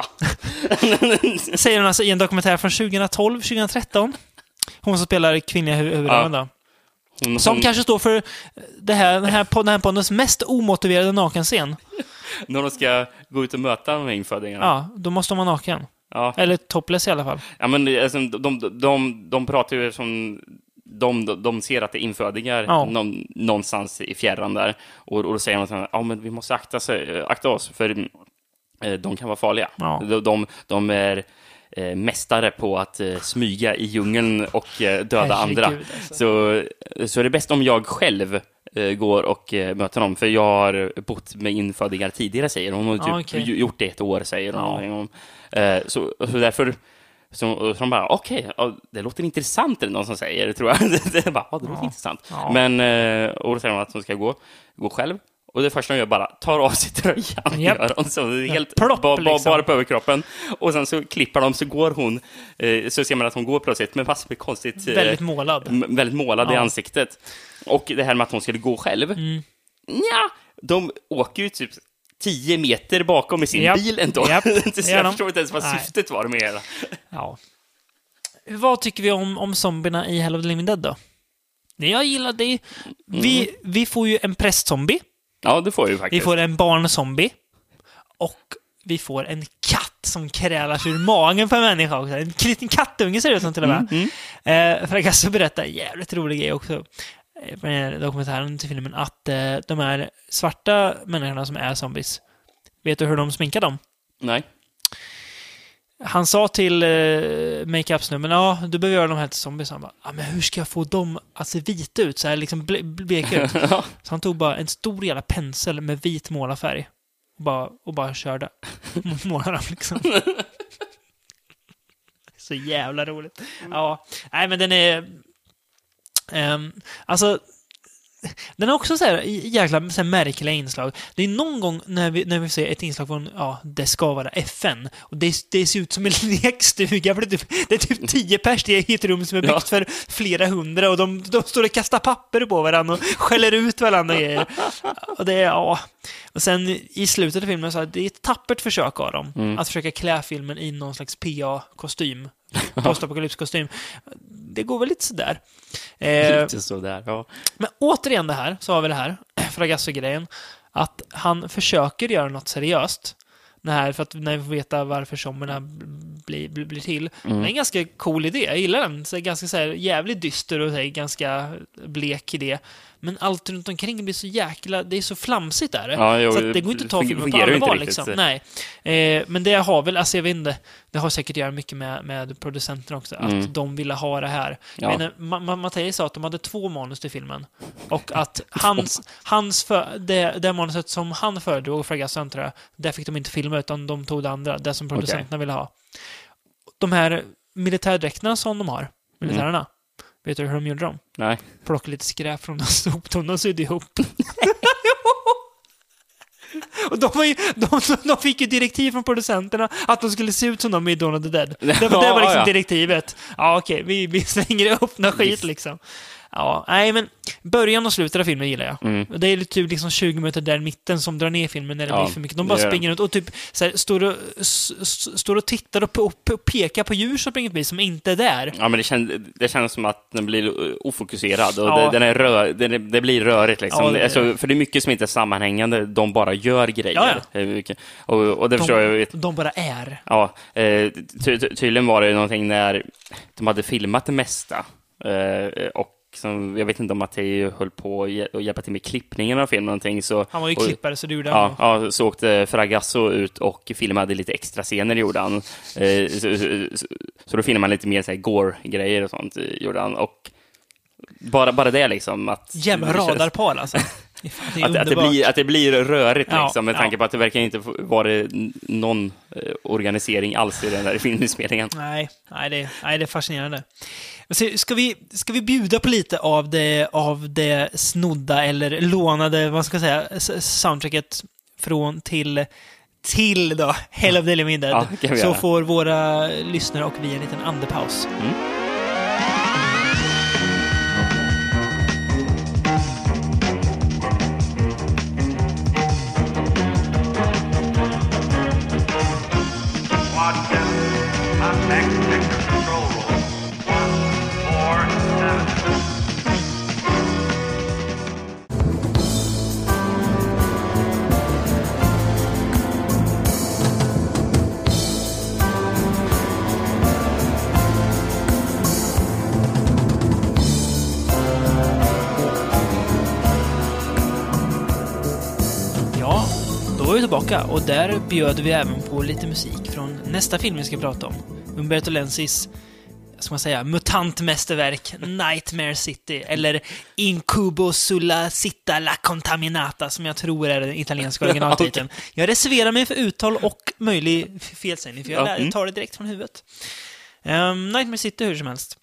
Säger hon alltså i en dokumentär från tjugohundratolv tjugotretton. Hon som spelar kvinnliga hu- huvudrollen då. Hon, Som hon, kanske står för det här, den här, pod- den här poddens mest omotiverade nakenscen. När de ska gå ut och möta de här infödingarna. Ja, då måste de vara naken. Ja. Eller topless i alla fall. Ja, men alltså, de, de, de, de pratar ju som... De, de ser att det är infödingar Ja. någon, någonstans i fjärran där. Och, och då säger de att ja, men vi måste akta, sig, akta oss, för eh, de kan vara farliga. Ja. De, de, de är eh, mästare på att eh, smyga i djungeln och eh, döda Herregud, andra. alltså. Så, så är det bäst om jag själv eh, går och eh, möter dem. För jag har bott med infödingar tidigare, säger hon. Hon har typ Ja, okej. ju- gjort det ett år, säger hon. Ja. Om. Eh, så, så därför... Så, så de bara, okej, ja, det låter intressant, är det någon som säger, tror jag. Det är bara, ja, det låter Ja. intressant. Ja. Men, eh, och då säger de att de ska gå, gå själv. Och det första de gör bara, tar av sig tröjan. Japp. Gör hon, så det är helt Plopp, ba, ba, liksom. bara på överkroppen. Och sen så klippar de, så går hon, eh, så ser man att hon går plötsligt med massor med konstigt... Eh, Väldigt målad. m- väldigt målad i Ja. ansiktet. Och det här med att hon skulle gå själv. Mm. Ja, de åker ju typ tio meter bakom i sin Japp. bil ändå. Japp. Så Det gör jag de. förstår inte ens vad Nej. syftet var med hela. Ja. Vad tycker vi om, om zombierna i Hell of the Living Dead då? Det jag gillar det. Vi, Mm. vi får ju en prästzombie. Ja, det får jag ju faktiskt. Vi får en barnzombie. Och vi får en katt som krälar sig ur magen på en människa också. En liten kattunge ser det ut som till och med. Mm, Eh, för jag kan så berätta en jävligt rolig grej också eh, på den här dokumentären till filmen. Att eh, de här svarta människorna som är zombies, vet du hur de sminkar dem? Nej. Han sa till eh, makeup-snubben, ja, du behöver göra de här till zombies. Han bara, ja, men hur ska jag få dem att se vita ut? Så här liksom ble- bleka ut. Så han tog bara en stor jävla pensel med vit målarfärg. Och bara, och bara körde. Målar dem liksom. Så jävla roligt. Ja, nej men den är... ehm, alltså... Den har också så här jäkla så här märkliga inslag. Det är någon gång när vi, när vi ser ett inslag från, ja, det ska vara F N. Och det, det ser ut som en lekstuga. För det, är typ, det är typ tio pers i ett rum som är byggt Ja. för flera hundra. Och de, de står och kastar papper på varandra och skäller ut varandra och grejer. Och det är, ja. Och sen i slutet av filmen så är det ett tappert försök av dem. Mm. Att försöka klä filmen i någon slags P A-kostym. Postapokalypskostym. Det går väl lite sådär. Eh, Lite sådär, ja. men återigen det här, så har vi det här, Fragasso-grejen, att han försöker göra något seriöst det här för att när vi får veta varför sommarna blir, blir, blir till. Mm. Det är en ganska cool idé. Jag gillar den. Så ganska så här, jävligt dyster och så här, ganska blek idé. Men allt runt omkring blir så jäkla... Det är så flamsigt där. Ja, jo, så att det går inte att ta filmen på allvar. Liksom. Nej. Eh, men det har väl... Alltså jag vet inte. Det har säkert att göra mycket med, med producenterna också. Mm. Att de ville ha det här. Ja. Men, Ma- Ma- Mattias sa att de hade två manus till filmen. Och att hans... hans för, det, det manuset som han föredrog, Fragasso, tror jag, där fick de inte filma utan de tog det andra. Det som producenterna okay. ville ha. De här militärdräkterna som de har, militärerna. Mm. Vet du hur de gjorde dem? Nej. Plocka lite skräp från den soptunnan och sydde ihop. Och de, var ju, de, de fick ju direktiv från producenterna att de skulle se ut som de i Dawn of the Dead. Det, det var liksom ja. direktivet. Ja, okej. Okay. Vi, vi slänger upp några skit liksom. Ja, nej men början och slutet av filmen gillar jag. Mm. Det är typ liksom tjugo minuter där i mitten som drar ner filmen när det ja, blir för mycket. De bara springer runt och typ så här, står, och, s- står och tittar och, och, och pekar på djur som springer förbi som inte är där. Ja, men det, kän, det känns som att den blir ofokuserad och ja. det, den är rör, det, det blir rörigt liksom. Ja, det, alltså, för det är mycket som inte är sammanhängande. De bara gör grejer. Ja, ja. Och, och det de, förstår jag. De bara är. Ja, eh, ty, ty, tydligen var det någonting när de hade filmat det mesta. Eh, och som, jag vet inte om att jag höll på att hjälpa till med klippningen av filmen någonting, så han var ju och, klippare så det gjorde han. Ja, ja, så åkte Fragasso ut och filmade lite extra scener gjorde han. Eh, så, så, så då filmade man lite mer så här gore-grejer och sånt gjorde han. Och bara, bara det liksom att... Jävla radarpar alltså. Det att, att, det blir, att det blir rörigt liksom, ja, med tanke ja. på att det verkar inte vara någon eh, organisering alls i den där filminspelningen. Nej, nej, det, nej, det är fascinerande. Men ska, vi, ska vi bjuda på lite av det, av det snodda eller lånade, vad ska jag säga, soundtracket från till, till då, Hell of the Living Dead. Ja, så får våra lyssnare och vi en liten andepaus. Mm. Tillbaka, och där bjöd vi även på lite musik från nästa film vi ska prata om. Umberto Lenzis, ska man säga, mutantmästerverk Nightmare City, eller Incubo sulla città la contaminata, som jag tror är den italienska originaltiteln. Okay. Jag reserverar mig för uttal och möjlig felsägning, för jag mm. tar det direkt från huvudet. Um, Nightmare City hur som helst.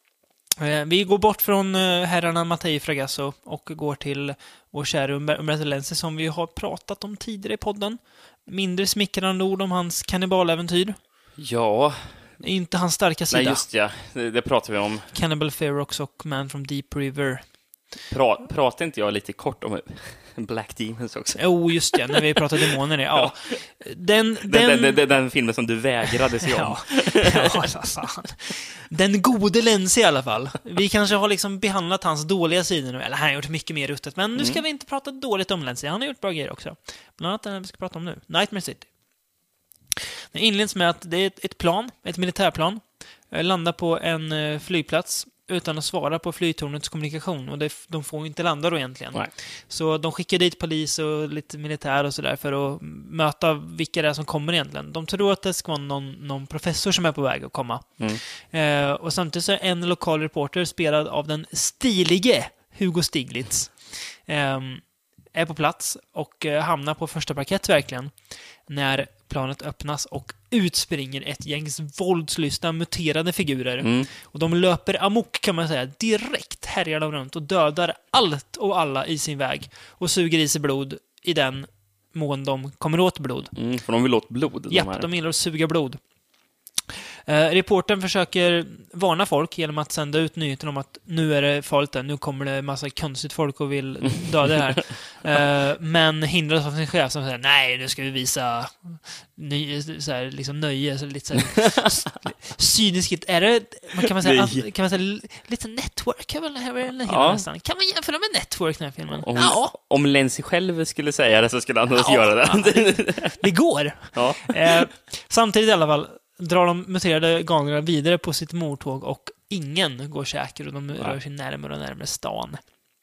Vi går bort från herrarna Mattei Fragasso och går till vår kära Umberto Lenzi som vi har pratat om tidigare i podden. Mindre smickrande ord om hans kannibaläventyr. Ja. Inte hans starka sida. Nej, just ja. Det, det pratar vi om. Cannibal Ferox och Man from Deep River. Pra, pratar inte jag lite kort om Black Demons också? Jo, oh, just det. När vi pratade demoner. Ja. Den, den, den, den, den, den filmen som du vägrade se om. Ja. Ja, alltså. Den gode Lenzi i alla fall. Vi kanske har liksom behandlat hans dåliga sidor nu. Eller han har gjort mycket mer ruttet. Men nu ska mm. vi inte prata dåligt om Lenzi. Han har gjort bra grejer också. Bland annat den vi ska prata om nu. Nightmare City. Det inleds med att det är ett, ett plan. Ett militärplan. Landar på en flygplats utan att svara på flygtornets kommunikation, och det, de får inte landa då egentligen. Nej. Så de skickar dit polis och lite militär och sådär för att möta vilka det är som kommer egentligen. De tror att det ska vara någon, någon professor som är på väg att komma. Mm. Eh, och samtidigt så är en lokal reporter spelad av den stilige Hugo Stiglitz eh, är på plats och eh, hamnar på första parkett verkligen när planet öppnas och utspringer ett gängs våldslystna muterade figurer. Mm. Och de löper amok, kan man säga, direkt härjar de runt och dödar allt och alla i sin väg och suger i sig blod i den mån de kommer åt blod. Mm, för de vill åt blod. Ja, de, de gillar att suga blod. Eh, reportern försöker varna folk genom att sända ut nyheten om att nu är det farligt där, nu kommer det massa konstigt folk och vill döda det här. eh, men hindras av sin chef som säger nej, nu ska vi visa ny, så här, liksom nöje, så lite så här, cyniskt. Är det, man kan man säga, att, kan man säga lite network kan, väl, här, ja. nästan. Kan man jämföra med network den här filmen? Om, ja. om Lenzi själv skulle säga det så skulle han ja, göra det. Ja, det går. Ja. Eh, samtidigt i alla fall drar de muterade galningarna vidare på sitt mordtåg och ingen går säker och de Nej. rör sig närmare och närmare stan.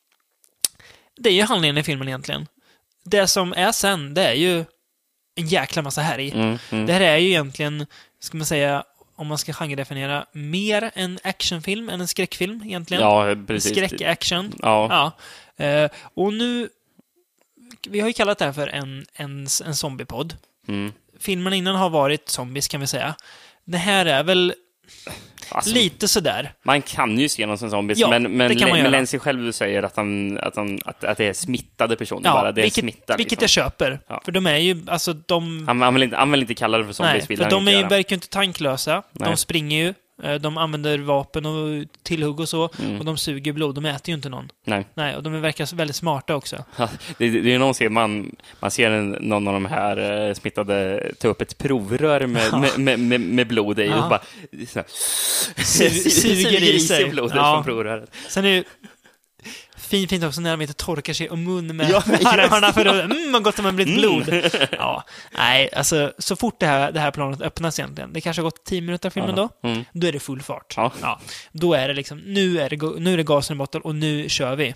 Det är ju handlingen i filmen egentligen. Det som är sen, det är ju en jäkla massa härj. Mm, mm. Det här är ju egentligen, ska man säga, om man ska genredefiniera, mer en actionfilm än en skräckfilm egentligen. Ja, precis. Skräck-action. Ja. ja. Eh, och nu, vi har ju kallat det här för en, en, en zombiepodd. Mm. Filmerna innan har varit zombies kan vi säga. Det här är väl alltså, lite sådär. Man kan ju se någon som zombies, ja, men, men, men Lenzi själv säger att, han, att, han, att, att det är smittade personer. Ja, bara. Det är vilket, smitta, vilket liksom. jag köper. Ja. För de är ju, alltså de... Han, han, vill, inte, han vill inte kalla det för zombies. Nej, för de är ju, verkar ju inte tanklösa. Nej. De springer ju. De använder vapen och tillhugg och så. Mm. Och de suger blod. De äter ju inte någon. Nej. Nej, och de verkar väldigt smarta också. Ja, det, det är ju någon som man, man ser en, någon av de här eh, smittade ta upp ett provrör med, ja. med, med, med, med blod i. Ja. Och bara såna, Su- suger i sig blodet ja. från provröret. Sen är det fint, fint också när de inte torkar sig om mun med ja, armarna för att mm, man gott som man blivit blod. Mm. Ja, nej, alltså så fort det här, det här planet öppnas egentligen, det kanske har gått tio minuter av filmen då, mm. då är det full fart. Ja. Ja, då är det liksom, nu är det, nu är det gasen i botten och nu kör vi.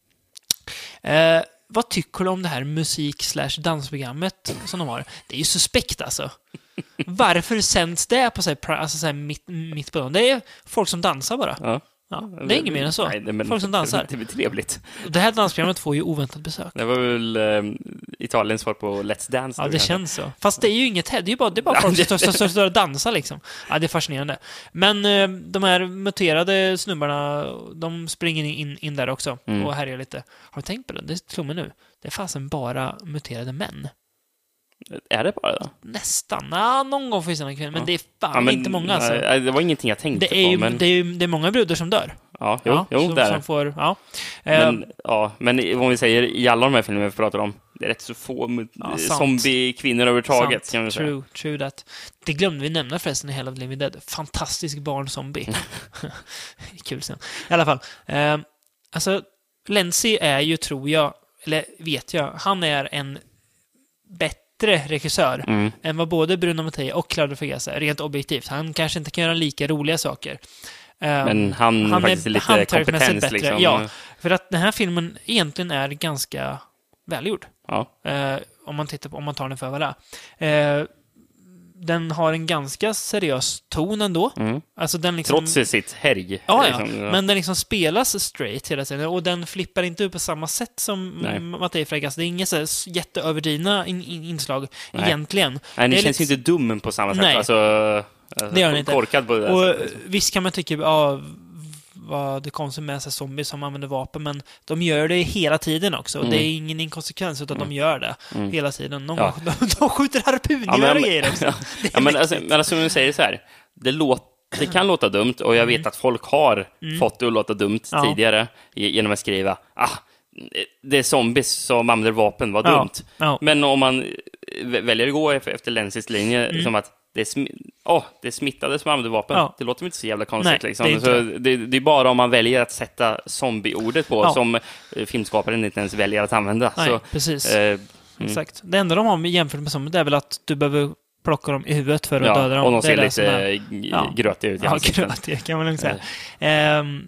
Eh, vad tycker du om det här musik slash dansprogrammet som de har? Det är ju suspekt alltså. Varför sänds det på så här, alltså så här mitt, mitt på dem? Det är folk som dansar bara. Ja. Ja, det är inget mer än så. Nej, men, folk som dansar. Det är trevligt. Det här dansprogrammet får ju oväntat besök. Det var väl eh, Italiens svar på Let's Dance. Ja, det känns så. Fast det är ju inget, det är ju bara, det är bara folk som står, står, står och dansar liksom. Ja, det är fascinerande. Men eh, de här muterade snubbarna, de springer in, in där också mm. och härjar lite. Har du tänkt på det? Det tror mig nu. Det är fasen bara muterade män. Är det bara det? Nästan. Ja, någon gång får vi se en kvinna, men det är fan ja, men, inte många alltså. Nej, det var ingenting jag tänkte det är ju, på. Men... Det är ju det är många brudar som dör. Ja, jo, ja, jo som, det är som får, ja. Men, ja, men om vi säger i alla de här filmerna vi pratar om, det är rätt så få ja, zombie-kvinnor överhuvudtaget. Sant. Kan vi säga. True, true that. Det glömde vi nämna förresten i Hell of the Living Dead. Fantastisk barn-zombie. Kul sen. I alla fall. Eh, alltså, Lenzi är ju, tror jag, eller vet jag, han är en bättre regissör mm. än vad både Bruno Mattei och Claudio Fragasso är, rent objektivt. Han kanske inte kan göra lika roliga saker. Men han, han faktiskt är lite kompetens liksom. Ja, för att den här filmen egentligen är ganska välgjord. Ja. Eh, om man tittar på, om man tar den för vad det är. Eh, den har en ganska seriös ton ändå. Mm. Alltså den liksom, trots sitt härj. Ja, ja. Liksom, ja, men den liksom spelas straight hela tiden. Och den flippar inte upp på samma sätt som Mattei Fragasso. Det är inga så överdrivna in, in, inslag Nej. egentligen. Nej, den det känns lite... inte dum på samma sätt. Nej. Alltså, alltså, det gör den inte. Korkad på det och sättet. Visst kan man tycka, ja, vad det konstigt med sig zombies som använder vapen, men de gör det hela tiden också. Och mm. det är ingen inkonsekvens utan mm. de gör det mm. hela tiden. De, ja. de, de skjuter harpungevär ja, och grejer också. Ja, ja men, alltså, men alltså, som du säger så här, det, låt, det kan låta dumt och jag vet mm. att folk har mm. fått det att låta dumt ja. tidigare genom att skriva ah, det är zombies som använder vapen, vad dumt. Ja. Ja. Men om man väljer att gå efter Lenzis linje mm. som att det är, sm- oh, det är smittade som använder vapen. Ja. Det låter inte så jävla konstigt. Nej, liksom. det, är så det, det är bara om man väljer att sätta zombie-ordet på ja. som eh, filmskaparen inte ens väljer att använda. Nej, så, precis. Eh, mm. Exakt. Det enda de har jämfört med zombie är väl att du behöver plocka dem i huvudet för att ja, döda dem. Och de ser det lite är... ja. grötiga ut. Ja, grötiga kan man lugnt säga. Eh. Um,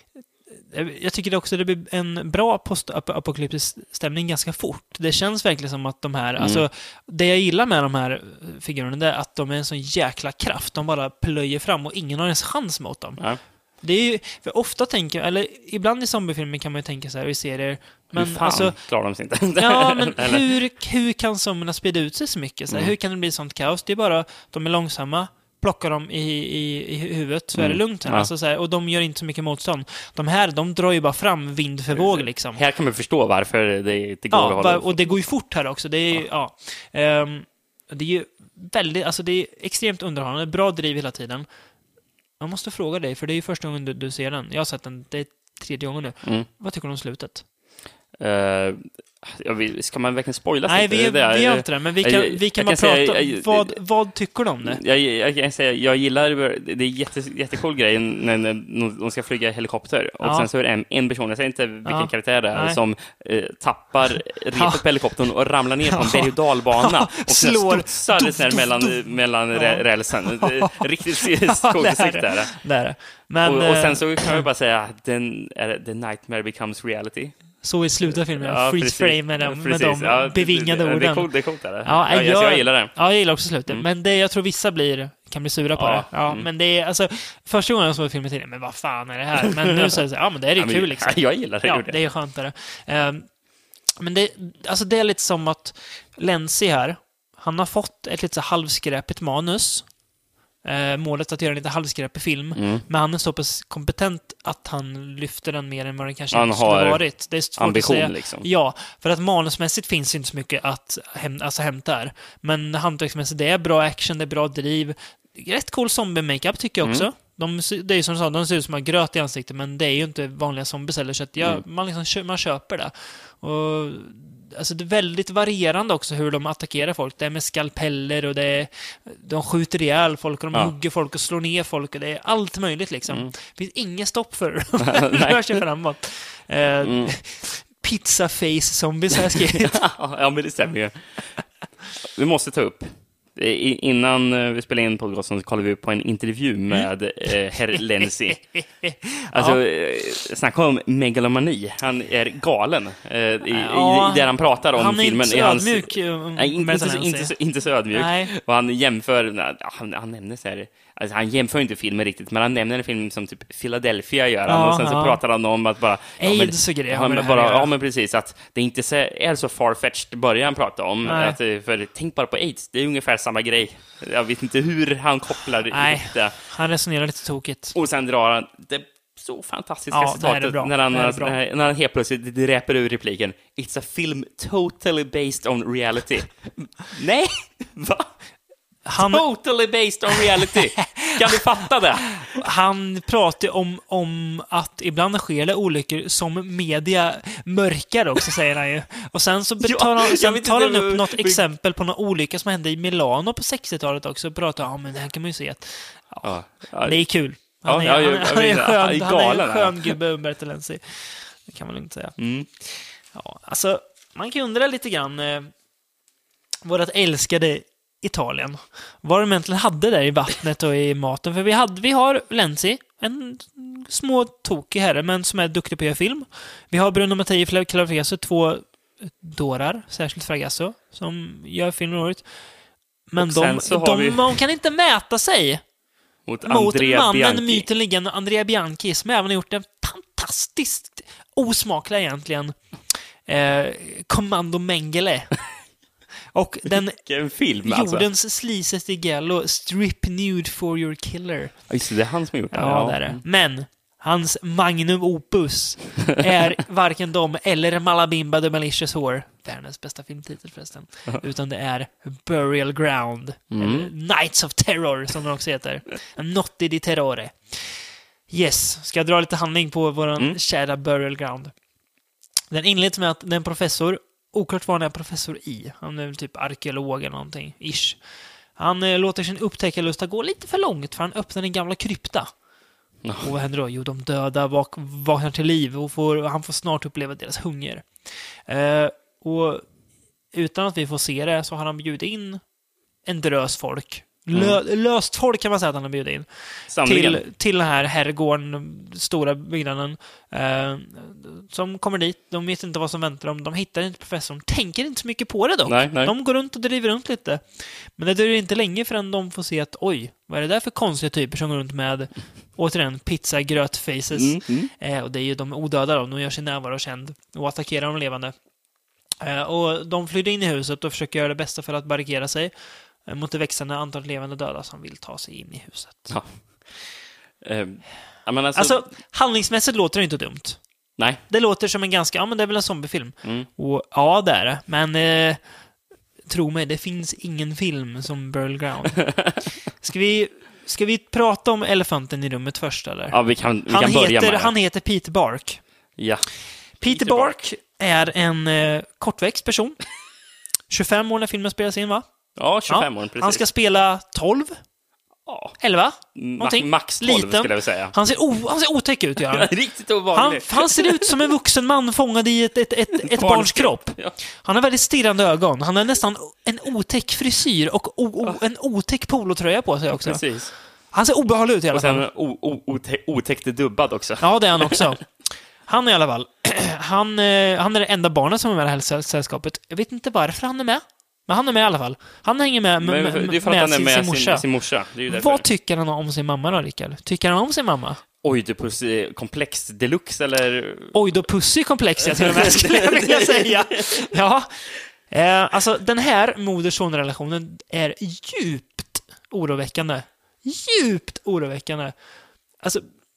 Jag tycker också det blir en bra post-apokalyptisk stämning ganska fort. Det känns verkligen som att de här... Mm. Alltså, det jag gillar med de här figurerna är att de är en sån jäkla kraft. De bara plöjer fram och ingen har ens chans mot dem. Ja. Det är ju... För ofta tänker... Eller ibland i zombiefilmer kan man ju tänka så här i serier... Men hur fan alltså, klarar de sig inte? Ja, men hur, hur kan zombierna sprida ut sig så mycket? Så här? Mm. Hur kan det bli sånt kaos? Det är bara... De är långsamma. Plockar dem i, i, i huvudet så mm. är det lugnt. Ja. Alltså, så här, och de gör inte så mycket motstånd. De här, de drar ju bara fram vind för våg liksom. Här kan man förstå varför det, det går ja, att hålla. Och det går ju fort här också. Det är, ja. Ja. Um, det är ju väldigt, alltså det är extremt underhållande, bra driv hela tiden. Jag måste fråga dig, för det är ju första gången du, du ser den. Jag har sett den, det är tredje gången nu. Mm. Vad tycker du om slutet? Uh, jag vill, ska man verkligen spoila? Nej, vi, det vi gör inte det, men vi kan, jag, vi kan jag bara kan prata. säga, jag, vad, vad tycker du om det? Jag, jag, jag kan säga, jag gillar, det är jätte, jättecool grej när, när de ska flyga helikopter. Och ja. sen så är det en, en person, jag säger inte vilken ja. karaktär det är, Nej. som eh, tappar repet på helikoptern och ramlar ner på en berg- och dalbana. Ja. Och sen Slår. studsar Duff, det duff, mellan, duff. mellan Ja. rä- rälsen. Riktigt Ja, coolt det är sikt är det. det är det. Men, Och, och sen eh, så kan jag bara säga att den, är, the nightmare becomes reality. så i slutet av filmen, Ja, freeze precis. frame med, dem, med Precis. de Ja, bevingade det, det, orden. det är coolt, det är coolt är det. Ja, Ja, jag, jag gillar det. Ja, jag gillar också slutet. Mm. Men det, jag tror vissa blir, kan bli sura på Ja, det. Ja, mm. men det är, alltså, första gången jag såg filmen till men vad fan är det här? Men nu så är det så, ja men det är ju Ja, men- kul liksom. Ja, jag gillar det. Ja, gjorde det är skönt är det. Um, men det, alltså det är lite som att Lenzi här, han har fått ett lite så halvskräpigt manus. Eh, målet att göra en lite halvskräpig film. Mm. Men han är så pass kompetent att han lyfter den mer än vad den kanske Han skulle har varit. Det är svårt ambition, att säga. liksom. Ja, för att manusmässigt finns inte så mycket att häm- alltså hämta här. Men hantverksmässigt, det är bra action, det är bra driv. Rätt cool zombie-makeup tycker jag också. Mm. De, ser- det är ju som du sa, de ser ut som att ha gröt i ansiktet, men det är ju inte vanliga zombies heller, så att jag, Mm. man, liksom, kö- man köper det. Och, alltså det är väldigt varierande också hur de attackerar folk. Det är med skalpeller och det är, de skjuter ihjäl folk och de Ja. hugger folk och slår ner folk och det är allt möjligt liksom. Mm. Det finns inget stopp för de rör sig framåt. Eh, Mm. Pizza face zombies har jag skrivit. Ja, men det stämmer ju. Vi måste ta upp. I- Innan eh, vi spelade in podcasten så kollade vi på en intervju med eh, herr Lenzi. Alltså, eh, snacka om megalomani. Han är galen eh, i, Ja, i, i det han pratar om han är filmen. inte I så hans- ödmjuk, eh, Nej, inte, med inte, så, Lenzi. inte, så, inte så ödmjuk. Nej. Och han jämför, nej, han, han nämner så här, alltså han jämför inte filmen riktigt, men han nämner en film som typ Philadelphia gör han, Ja, och sen så ja. pratar han om att bara... AIDS och grejer har ja, med men det här bara, att göra. ja, men precis, att det inte så, är så farfetched börjar han prata om. Nej. Att, eh, för tänk bara på AIDS, det är ungefär samma grej. Jag vet inte hur han kopplar Nej. ihop det. Han resonerar lite tokigt. Och sen drar han det så fantastiska Ja, det är det citatet bra. när han, Det är det bra. när när han helt plötsligt dräper ur repliken. It's a film totally based on reality. Nej, va? Han, Totally based on reality. Kan du fatta det? han pratar ju om, om att ibland sker det olyckor som media mörkar också, säger han ju. Och sen så Ja, tar han, jag sen vet tar inte han upp hur- något hur- exempel på någon olycka som hände i Milano på sextiotalet också. Och pratar om, ja men det här kan man ju se att Ja, ja. det är kul. Han Ja, är, ja, han, jag- är- jag han är vet, skön, han är han är galen, en skön gubbe, Umberto Lenzi. Det kan man lugnt säga. Mm. Ja, alltså, man kan undra lite grann eh, vårat älskade Italien. Vad de egentligen hade där i vattnet och i maten. För vi, hade, vi har Lenzi, en små tokig herre, men som är duktig på att göra film. Vi har Bruno Mattei och Calafreso, två dårar, särskilt Fragasso, som gör film året. Men Och de, sen så har de, vi- de kan inte mäta sig Mot mot Andrea mannen, Bianchi. myten liggande Andrea Bianchi, som även har gjort en fantastiskt osmaklig egentligen eh, Commando Mengele. Och den Vilken film, alltså. jordens sleazigaste gallo, Strip Nude for your killer. Ja, just det, det är han som har gjort det. Ja, det är det. Men hans magnum opus är varken de eller Malabimba the Malicious Whore, världens bästa filmtitel förresten, utan det är Burial Ground, Mm. eller Nights of Terror som den också heter. Notti di Terrore. Yes, ska jag dra lite handling på våran Mm. kära Burial Ground. Den inleds med att den professor, oklart vad han är professor i, han är väl typ arkeolog eller någonting, ish. Han eh, låter sin upptäckarlusta gå lite för långt, för han öppnar en gamla krypta. Och vad händer då? Jo, de döda vak- vaknar till liv och får, han får snart uppleva deras hunger. Eh, och utan att vi får se det så har han bjudit in en drös folk. Lö- löst folk kan man säga att han har bjudit in. Samlingen. Till, till den här herrgården, stora byggnaden. Eh, som kommer dit. De vet inte vad som väntar dem. De hittar inte professorn. Tänker inte så mycket på det dock. Nej, nej. De går runt och driver runt lite. Men det dröjer inte länge förrän de får se att oj, vad är det där för konstiga typer som går runt med återigen pizza, gröt faces. Mm, mm. Eh, och det är ju de odöda då. De gör sin närvaro känd och attackerar de levande. Eh, och de flyr in i huset och försöker göra det bästa för att barrikera sig eh, mot det växande antalet levande döda som vill ta sig in i huset. Ja. Eh, ja, men alltså, Alltså, handlingsmässigt låter det inte dumt. nej. Det låter som en ganska, ja men det är väl en zombiefilm. Mm. Och ja, det är det. Men eh, tro mig, det finns ingen film som Burial Ground. Ska vi, ska vi prata om elefanten i rummet först, eller? Ja, vi kan, vi han, kan börja heter, med det. han heter Peter Bark. Ja. Peter, Peter Bark, Bark är en eh, kortväxt person. tjugofem år när filmen spelas in, va? Ja, tjugofem ja. år, precis. Han ska spela tolv. Ja. elva? Ma- max tolv liten. Skulle jag säga. Han ser, o- han ser otäck ut, ja. Riktigt ovanlig. Han, han ser ut som en vuxen man fångad i ett, ett, ett, ett barns kropp. Ja. Han har väldigt stirrande ögon. Han har nästan en otäck frisyr och o- o- en otäck polotröja på sig också. Ja, precis. Han ser obehaglig ut i alla fall. Och sen o- o- otä- otäckt dubbad också. Ja, det är han också. Han i alla fall. Han, han är det enda barnet som är med i det här sällskapet. Jag vet inte varför han är med. Men han är med i alla fall. Han hänger med, med, med, det är för att han är sin, med sin morsa. Sin, sin morsa. Det är ju Vad tycker han om sin mamma då, Rickard? Tycker han om sin mamma? Oidipus-komplex deluxe, eller? Oidipus-komplex, jag till och med skulle jag vilja säga. Ja. Eh, alltså, den här moder-son-relationen är djupt oroväckande. Djupt oroväckande. Alltså,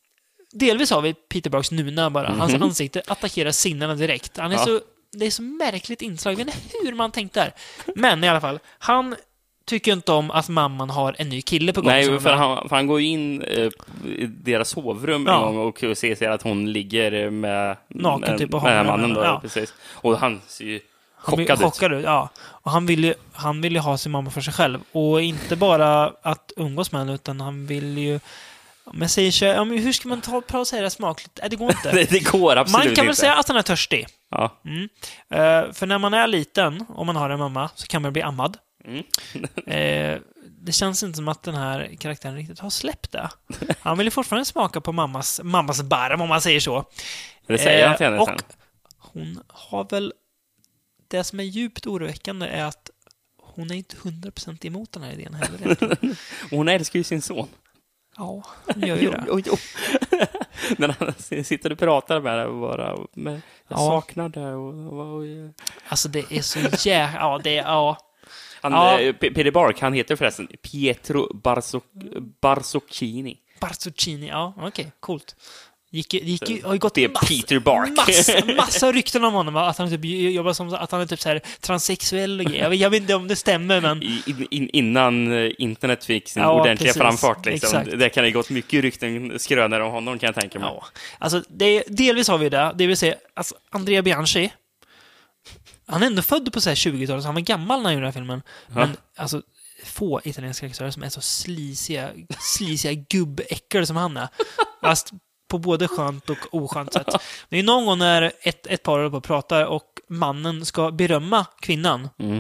delvis har vi Peter Barks nuna bara. Hans mm-hmm. ansikte attackerar sinnena direkt. Han är ja. så... Det är så märkligt inslag. Jag vet inte hur man tänkte där. Men i alla fall, han tycker inte om att mamman har en ny kille på gång. Nej, för han, för han går in eh, i deras sovrum ja. en gång och ser, ser att hon ligger med, naken, med, typ, med, med mannen. Då, ja. precis. Och han ser ju chockad, chockad ut. ut. Ja. Och han vill, ju, han vill ju ha sin mamma för sig själv. Och inte bara att umgås med henne, utan han vill ju... Men säger så, ja, men hur ska man ta och säga det smakligt? Nej, det går inte. det, det går absolut inte. Man kan väl inte. säga att han är törstig. Ja. Mm. Uh, för när man är liten, om man har en mamma, så kan man bli ammad. Mm. uh, det känns inte som att den här karaktären riktigt har släppt det. Han vill ju fortfarande smaka på mammas, mammas barm, om man säger så. Det säger uh, han till henne och sen. Hon har väl... Det som är djupt oroväckande är att hon är inte hundra procent emot den här idén heller. Hon älskar ju sin son. Ja, hon gör ju det. Jo, jo, jo. När han sitter och pratar med det och bara, men jag ja. saknar det. Och, och, och, alltså det är så jävla... Ja, det är... Ja. Han, ja. eh, Peter Bark, han heter förresten Pietro Barzoc- Barzoccini. Barzoccini, ja, okej, okay, coolt. Gick, gick ju, har ju gått det är mass, Peter Bark. Massa, massa rykten om honom, att han typ jobbar som att han är typ så här transsexuell och jag vet, jag vet inte om det stämmer, men I, in, innan internet fick sin ja, ordentliga precis, framfart liksom. Exakt. Det kan ha gått mycket rykten skrönor om honom, kan jag tänka mig. Ja. Alltså det, delvis har vi det, det vill säga alltså, Andrea Bianchi, han är ändå född på så här tjugotalet, så han var gammal när han gjorde den här filmen. Men ja. alltså få italienska regissörer som är så slisiga, slisiga gubbäckel som han är. Fast på både skönt och oskönt sätt. Det är någon gång när ett, ett par håller på och pratar och mannen ska berömma kvinnan. Mm.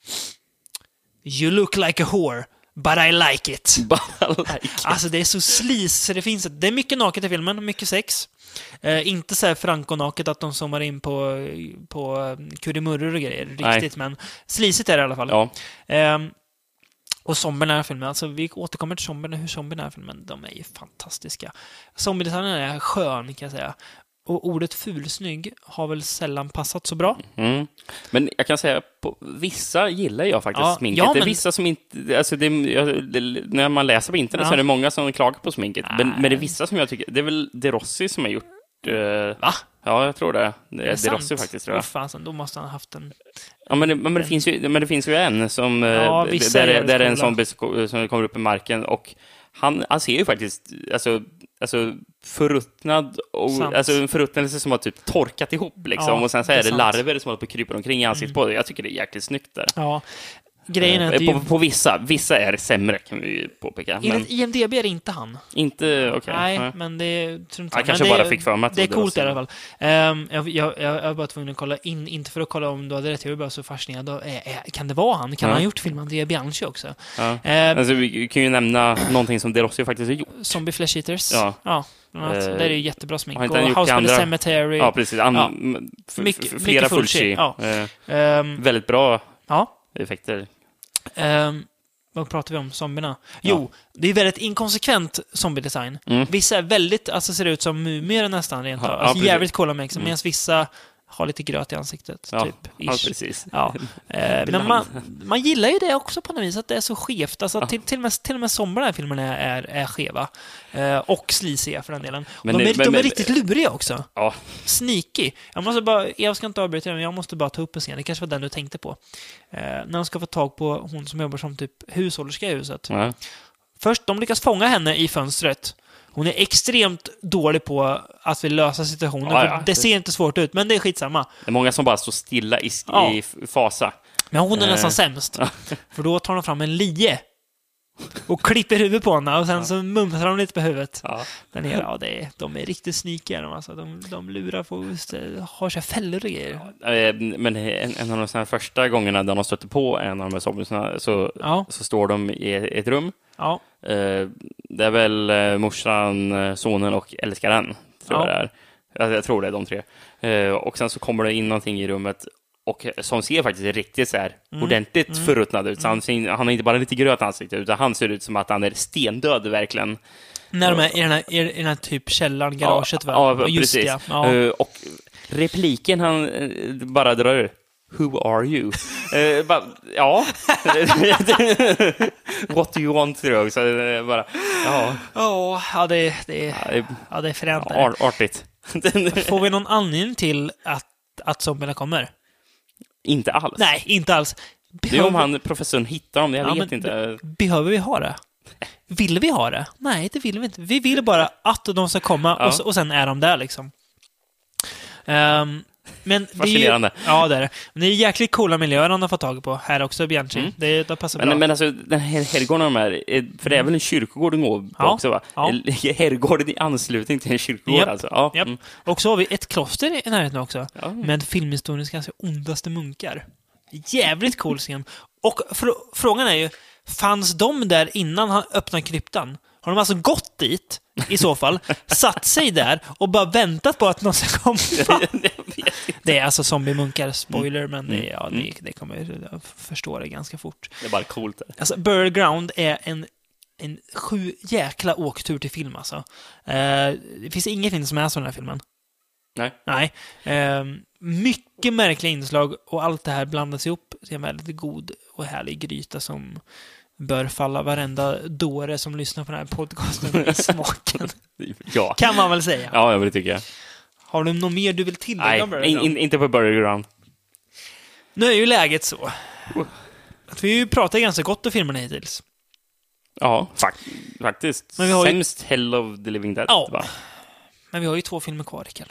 You look like a whore, but I like it. But I like it. Alltså det är så slis, så det finns det är mycket naket i filmen, mycket sex. Eh, inte så här franco-naket att de zoomar in på, på kurimurror och grejer, riktigt, Nej. men slisigt är det i alla fall. Ja. Eh, Och zombierna i den här filmen, alltså vi återkommer till zombierna, hur zombierna i den här filmen, de är ju fantastiska. Zombiedetaljerna är skön, kan jag säga. Och ordet fulsnygg har väl sällan passat så bra. Mm. Men jag kan säga, på vissa gillar jag faktiskt ja, sminket. Ja, men... Det är vissa som inte, alltså det, det, när man läser på internet ja. så är det många som klagar på sminket. Men, men det är vissa som jag tycker, det är väl De Rossi som har gjort... Uh, Va? Ja, jag tror det. Det är, är De Rossi faktiskt, tror jag. Oh, fan, då måste han ha haft en... Ja, men det, men det, finns, ju, men det finns ju en som... Ja, där, där, där är en zombie som kommer upp i marken och han, han ser ju faktiskt alltså, alltså förruttnad och, alltså en förruttnelse som har typ torkat ihop liksom, ja, och sen så är det, det larver som håller på att krypa omkring i ansiktet mm. på det. Jag tycker det är jäkligt snyggt där. Ja. Grejen är att på, ju... på vissa, vissa är sämre, kan vi påpeka. Men... I M D B är det inte han. Inte, okej. Okay. Nej, Nej, men det tror inte jag kanske men bara det, fick för mig att det är det coolt i alla fall. Um, jag, jag, jag, jag var bara tvungen att kolla in, inte för att kolla om du hade rätt, jag var bara så fascinerad. Då, eh, kan det vara han? Kan ja. han ha gjort film Andrea Bianchi också? Ja. Uh, alltså, vi kan ju nämna någonting som De Rossi faktiskt har gjort. Zombie Flesh Eaters. Ja. ja. Uh, det är ju jättebra smink. Och House of the Cemetery. Ja, precis. An- ja. F- mycket, flera mycket Fulci. Ja. Uh, um, väldigt bra ja. effekter. Um, vad pratar vi om? Zombierna? Jo, ja. det är väldigt inkonsekvent zombie-design. Mm. Vissa är väldigt, alltså ser ut som mumier nästan rent av. Ja, alltså ja, jävligt coola mix. Mm. Medan vissa ha lite gröt i ansiktet. Ja, typ, ja ish. precis. Ja. Eh, men man, man gillar ju det också på något vis, att det är så skevt. Alltså, Ja. till, till, och med, till och med sommarna här filmerna är, är, är skeva. Eh, och slisiga för den delen. Men de det- är, men- de är men- riktigt luriga också. Ja, Sneaky. Jag måste bara, jag ska inte avbryta det, men jag måste bara ta upp en scen. Det kanske var den du tänkte på. Eh, när de ska få tag på hon som jobbar som typ hushållerska i huset. ja. Först, de lyckas fånga henne i fönstret. Hon är extremt dålig på att vi lösa situationen. Ja, för ja. Det ser inte svårt ut, men det är skitsamma. Det är många som bara står stilla i, Ja. i fasa. Men hon är Eh. nästan sämst. För då tar de fram en lie och klipper huvudet på henne och sen så mumsar de lite på huvudet. Ja. Den är, ja, det är, de är riktigt sneaky. De, alltså. de, de lurar på just, har sig fällor och grejer. Eh, Men en, en av de såna här första gångerna där de stöter på en av de här zombiesarna så, Ja. så står de i ett rum. Ja, Eh, Det är väl eh, morsan, eh, sonen och älskaren, tror Ja. jag det är. Jag, jag tror det är de tre. Eh, Och sen så kommer det in någonting i rummet och som ser faktiskt riktigt så här ordentligt mm. förruttnad ut. Så han, ser- han har inte bara lite gröt ansikte, utan han ser ut som att han är stendöd verkligen. när de är i den här, i den här typ källaren, garaget, va? Ja, ja, Just precis. det, ja. Eh, Och repliken han eh, bara drar ur. Who are you? Eh, bara, ja. What do you want? Tror jag. Så, eh, bara, ja, Ja, ja, det, det, Ja, det- ja, det är fränt. där. ar- artigt. Får vi någon anledning till att, att zombierna kommer? Inte alls. Nej, inte alls. Det är om han, professorn hittar dem, jag Ja, vet men inte. be- Behöver vi ha det? Vill vi ha det? Nej, det vill vi inte. Vi vill bara att de ska komma Ja. och, s- och sen är de där liksom. Ehm, men det är ju, Fascinerande. ja, det är det. Men det är jäkligt coola miljöer han har fått tag på här också, Bianchi. Mm. Det, det passar bra. Men, men alltså, den här herrgården, de här, eh, för det är väl en kyrkogård de går på Ja. också, va? Ja. Eller herrgården i anslutning till en kyrkogård, Japp. alltså. Ja. Japp. Mm. Och så har vi ett kloster i närheten också. Ja. Med filmhistoriens ganska ondaste munkar. Jävligt cool scen. Och fr- frågan är ju, fanns de där innan han öppnade kryptan? Har de alltså gått dit, i så fall, satt sig där och bara väntat på att någon ska komma? Jag vet inte. Det är alltså zombie-munkar, spoiler, men det, ja, Mm. det, det kommer jag förstå det ganska fort. Det är bara coolt. Där. Alltså, Burial Ground är en, en sju jäkla åktur till film, alltså. Eh, det finns ingen film som är så den här filmen. Nej. Nej. Eh, mycket märkliga inslag och allt det här blandas ihop till en väldigt god och härlig gryta som bör falla varenda dåre som lyssnar på den här podcasten i smaken. Ja. Kan man väl säga. Ja, det tycker jag. Har du något mer du vill tillägga? Nej, om Burial in, Ground? in, inte på Burial Ground. Nu är ju läget så att vi har ju pratat ganska gott om filmerna hittills. Ja, fakt faktiskt. Men vi har ju- Sämst Hell of the Living Dead, Ja. va? Men vi har ju två filmer kvar, Rickard.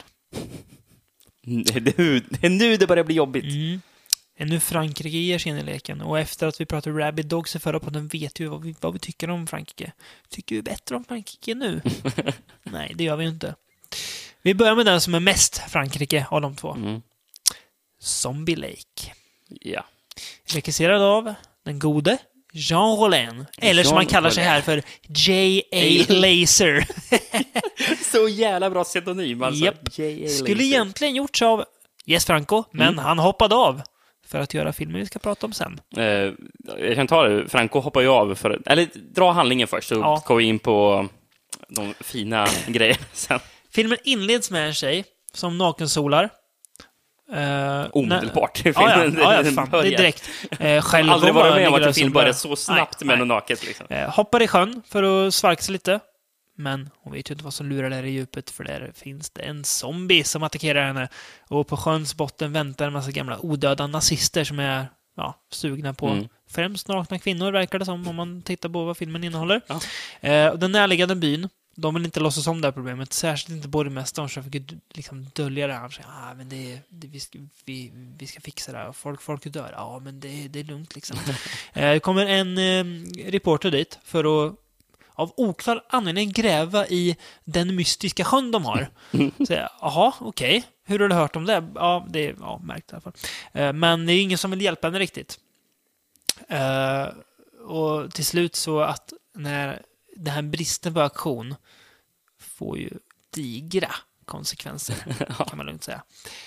Det är nu, det är nu det börjar bli jobbigt. Mm. Är nu Frankrike ger sig in i leken. Och efter att vi pratade Rabid Dogs i förra podden vet vi vad vi, vad vi tycker om Frankrike. Tycker vi bättre om Frankrike nu? Nej, det gör vi ju inte. Vi börjar med den som är mest Frankrike av de två. Mm. Zombie Lake. Ja. Regisserad av den gode Jean Rollin. Eller som Jean han kallar sig Rollin. här för J A Laser. Så jävla bra pseudonym, alltså. Japp. J A Skulle Laser. egentligen gjorts av Jess Franco, men Mm. han hoppade av för att göra filmen vi ska prata om sen. Eh, jag kan ta det. Franco hoppar ju av för... Eller dra handlingen först, så Ja. går vi in på de fina grejerna sen. Filmen inleds med en tjej som nakensolar. Uh, Omedelbart. Ja, ja, ja, ja, fan, det är direkt. Uh, själv Aldrig bara varit med om ligger att en där film som börjar bara- så snabbt Nej, med nej. något naket. Liksom. Eh, hoppar i sjön för att svalka sig lite. Men hon vet ju inte vad som lurar där i djupet, för där finns det en zombie som attackerar henne. Och på sjöns botten väntar en massa gamla odöda nazister som är ja, sugna på Mm. främst nakna kvinnor, verkar det som, om man tittar på vad filmen innehåller. Ja. Eh, och den närliggande byn, de vill inte låtsas om det här problemet, särskilt inte borgmästaren som försöker d- liksom dölja det här. Han säger, ah, men det, det, vi, ska, vi, vi ska fixa det här. Folk, folk dör. Ja, men det, det är lugnt liksom. eh, det kommer en eh, reporter dit för att av oklar anledning gräva i den mystiska sjön de har. Så jag, jaha, okej. Hur har du hört om det? Ja, det är ja, märkt i alla fall. Eh, men det är ingen som vill hjälpa henne riktigt. Eh, och till slut så att när den här bristen på aktion får ju digra konsekvenser, kan man lugnt säga.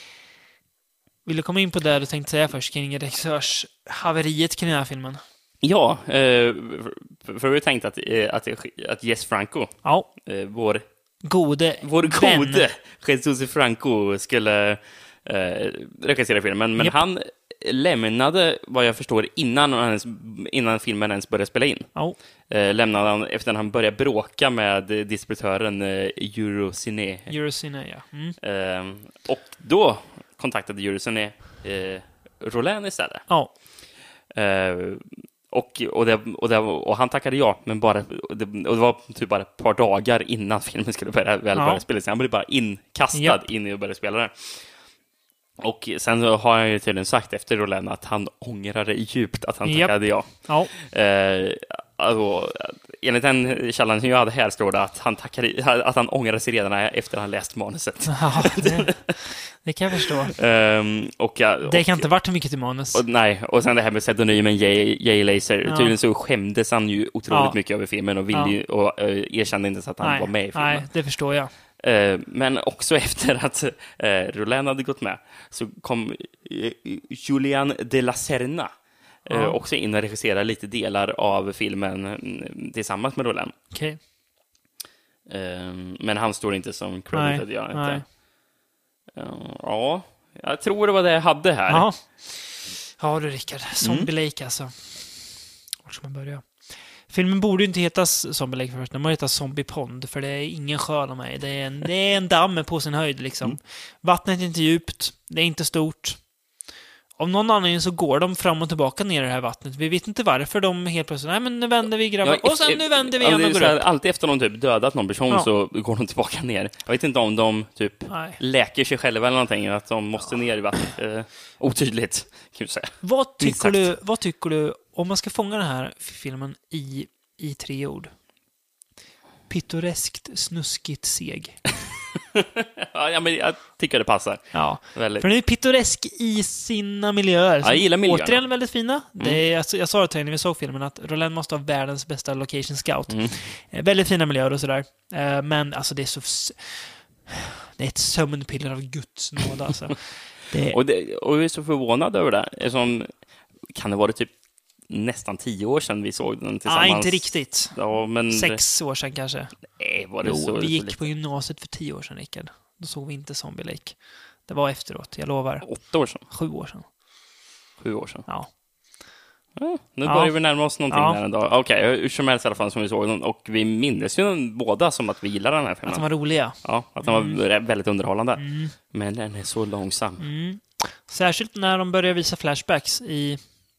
Vill du komma in på det du tänkte säga först kring regissörshaveriet kring den här filmen? Ja, eh, för, för vi tänkte att, eh, att, att Jess Franco, Ja, eh, vår, gode vår vän. gode Jesus Franco skulle eh, regissera filmen, men Japp. han lämnade, vad jag förstår, innan, han ens, innan filmen ens började spela in. Ja. Eh, lämnade han efter att han började bråka med distributören eh, Eurocine. Eurocine, ja. Mm. Eh, och då kontaktade Eurocine eh, Rollin istället. Ja. Eh, och, och, det, och, det, och han tackade ja, men bara, och det, och det var typ bara ett par dagar innan filmen skulle börja, väl Ja. börja spela. Så han blev bara inkastad Japp. in i och började spela det. Och sen så har han ju tydligen sagt efter Rollin att han ångrade djupt att han Japp. tackade ja. Ja. Eh, alltså, enligt den källan som jag hade här står det att han, tackade, att han ångrade sig redan efter att han läst manuset. Ja, det, det kan jag förstå. Um, och, och, Det kan inte varit mycket till manus. och, nej, och sen det här med pseudonymen Jay, Jay Laser. Ja. Tydligen så skämdes han ju otroligt Ja. mycket över filmen och, ville Ja. ju, och uh, erkände inte så att han nej, var med i filmen. nej, det förstår jag. Uh, men också efter att uh, Rollin hade gått med så kom uh, Julian de la Serna uh, Ja. också in och regisserade lite delar av filmen mm, tillsammans med Rollin. Okej. Uh, men han står inte som credited. Nej, Jag inte. nej. Uh, ja, jag tror det var det jag hade här. Ja. Ja du Rickard, Mm. Zombie Lake alltså. Var ska man börja? Filmen borde ju inte heta Zombie Lake först, den borde heta Zombie Pond, för det är ingen sjö av mig. Det är en, det är en damm på sin höjd liksom. Mm. Vattnet är inte djupt, det är inte stort. Av någon anledning så går de fram och tillbaka ner i det här vattnet. Vi vet inte varför de helt plötsligt, nej men nu vänder vi grabbar. Ja, och sen nu vänder vi ja, igen det är och går så här, upp. alltid efter de typ dödat någon person Ja. så går de tillbaka ner. Jag vet inte om de typ Nej. läker sig själva eller någonting, att de måste ner i vattnet. Eh, otydligt, kan jag säga. Vad Minst tycker, sagt. du, vad tycker du, om man ska fånga den här filmen i, i tre ord? Pittoreskt, snuskigt, seg. Ja, ja, men jag tycker det passar. Ja, Väldigt. för den är pittoresk i sina miljöer. Ja, jag gillar miljöerna. Återigen väldigt fina. Det är, alltså, jag sa det till dig när vi såg filmen att Rollin måste ha världens bästa location scout. Mm. Eh, väldigt fina miljöer och sådär. Eh, men alltså det är så... s- Det är ett sömnpiller av Guds nåd alltså. Det, Och, det, och jag är så förvånad över det. Eftersom, kan det vara typ nästan tio år sedan vi såg den tillsammans? nej, inte riktigt. Ja, men Sex år sedan kanske. Nej, var det Jo, så, vi så gick lite? på gymnasiet för tio år sedan, Rickard. Då såg vi inte Zombie Lake. Det var efteråt, jag lovar. Åtta år sedan? Sju år sedan. Sju år sedan? Ja. Ja, nu Ja. börjar vi närma oss någonting Ja. där en dag. Okej, hur som helst i alla fall som vi såg den. Och vi minns ju den båda som att vi gillar den här filmen. Att de var roliga. Ja, att den var Mm. väldigt underhållande. Men den är så långsam. Mm. Särskilt när de börjar visa flashbacks i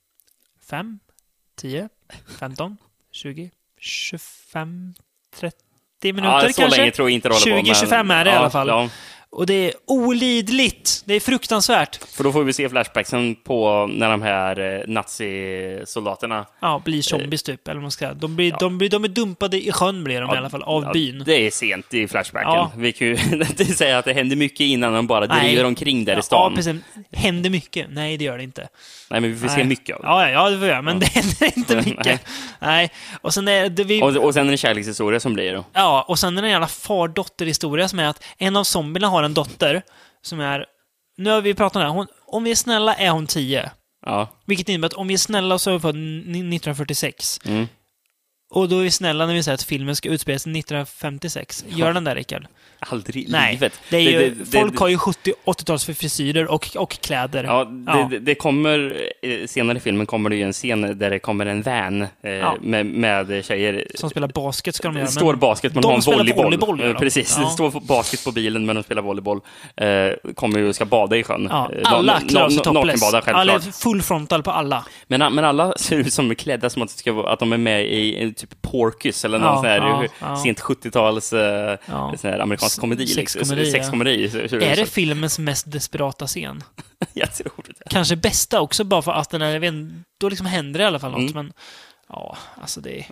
fem, tio, femton, tjugo, tjugofem, trettio minuter Ja, så kanske. länge tror jag inte det håller på. tjugo men- tjugofem är det i ja, alla fall. Ja, Och det är olidligt. Det är fruktansvärt. för då får vi se flashbacksen på när de här eh, nazisoldaterna... Ja, blir zombies typ, eller vad man ska säga. De, blir, Ja. de, blir, de är dumpade i sjön blir de i alla fall, av ja, byn. Det är sent i flashbacken. Ja. Vi kan ju inte säga att det händer mycket innan de bara Nej. driver omkring där ja, i stan. Ja, precis. Händer mycket? Nej, det gör det inte. Nej, men vi får se Nej. mycket av det. Ja, ja, det får jag, men det händer inte Nej. mycket. Nej. Och sen är det vi... Och, och sen en kärlekshistoria som blir då. Ja, och sen är det en jävla far-dotter-historia som är att en av zombierna har en dotter som är... Nu har vi pratat om det här. Hon, om vi är snälla är hon tio. Ja. Vilket innebär att om vi är snälla så är hon född nittonhundrafyrtiosex. Mm. Och då är vi snälla när vi säger att filmen ska utspela sig nittonhundrafemtiosex. Gör den där, Rickard? Aldrig i Nej, livet. det är ju, Det- det- folk det- har ju sjuttio-åttio-tals för frisyrer och, och kläder. Ja, det, Ja. det- det kommer, eh, senare i filmen kommer det ju en scen där det kommer en van eh, Ja. med, med tjejer. Som spelar basket ska de göra. Det står basket, men de de har en spelar volleyboll. volleyboll, gör de. Eh, Precis, Ja. det står basket på bilen, men de spelar volleyboll. Eh, kommer ju och ska bada i sjön. Ja, Eh, alla na- klarar sig na- topless. Nakenbada, självklart. Alla är full frontal på alla. Men, men alla ser ut som är klädda som att, det ska vara, att de är med i en typ Porky's eller någon Ja, sån här ja, ja. sent sjuttio-tals eh, Ja. sån här amerikansk komedi. Sexkomedi, liksom. Sexkomedi. så- så- Är det så- filmens mest desperata scen? Jag tror det. Kanske bästa också, bara för att den är, jag vet, inte, då liksom händer det i alla fall något. Mm. Men ja, alltså det är...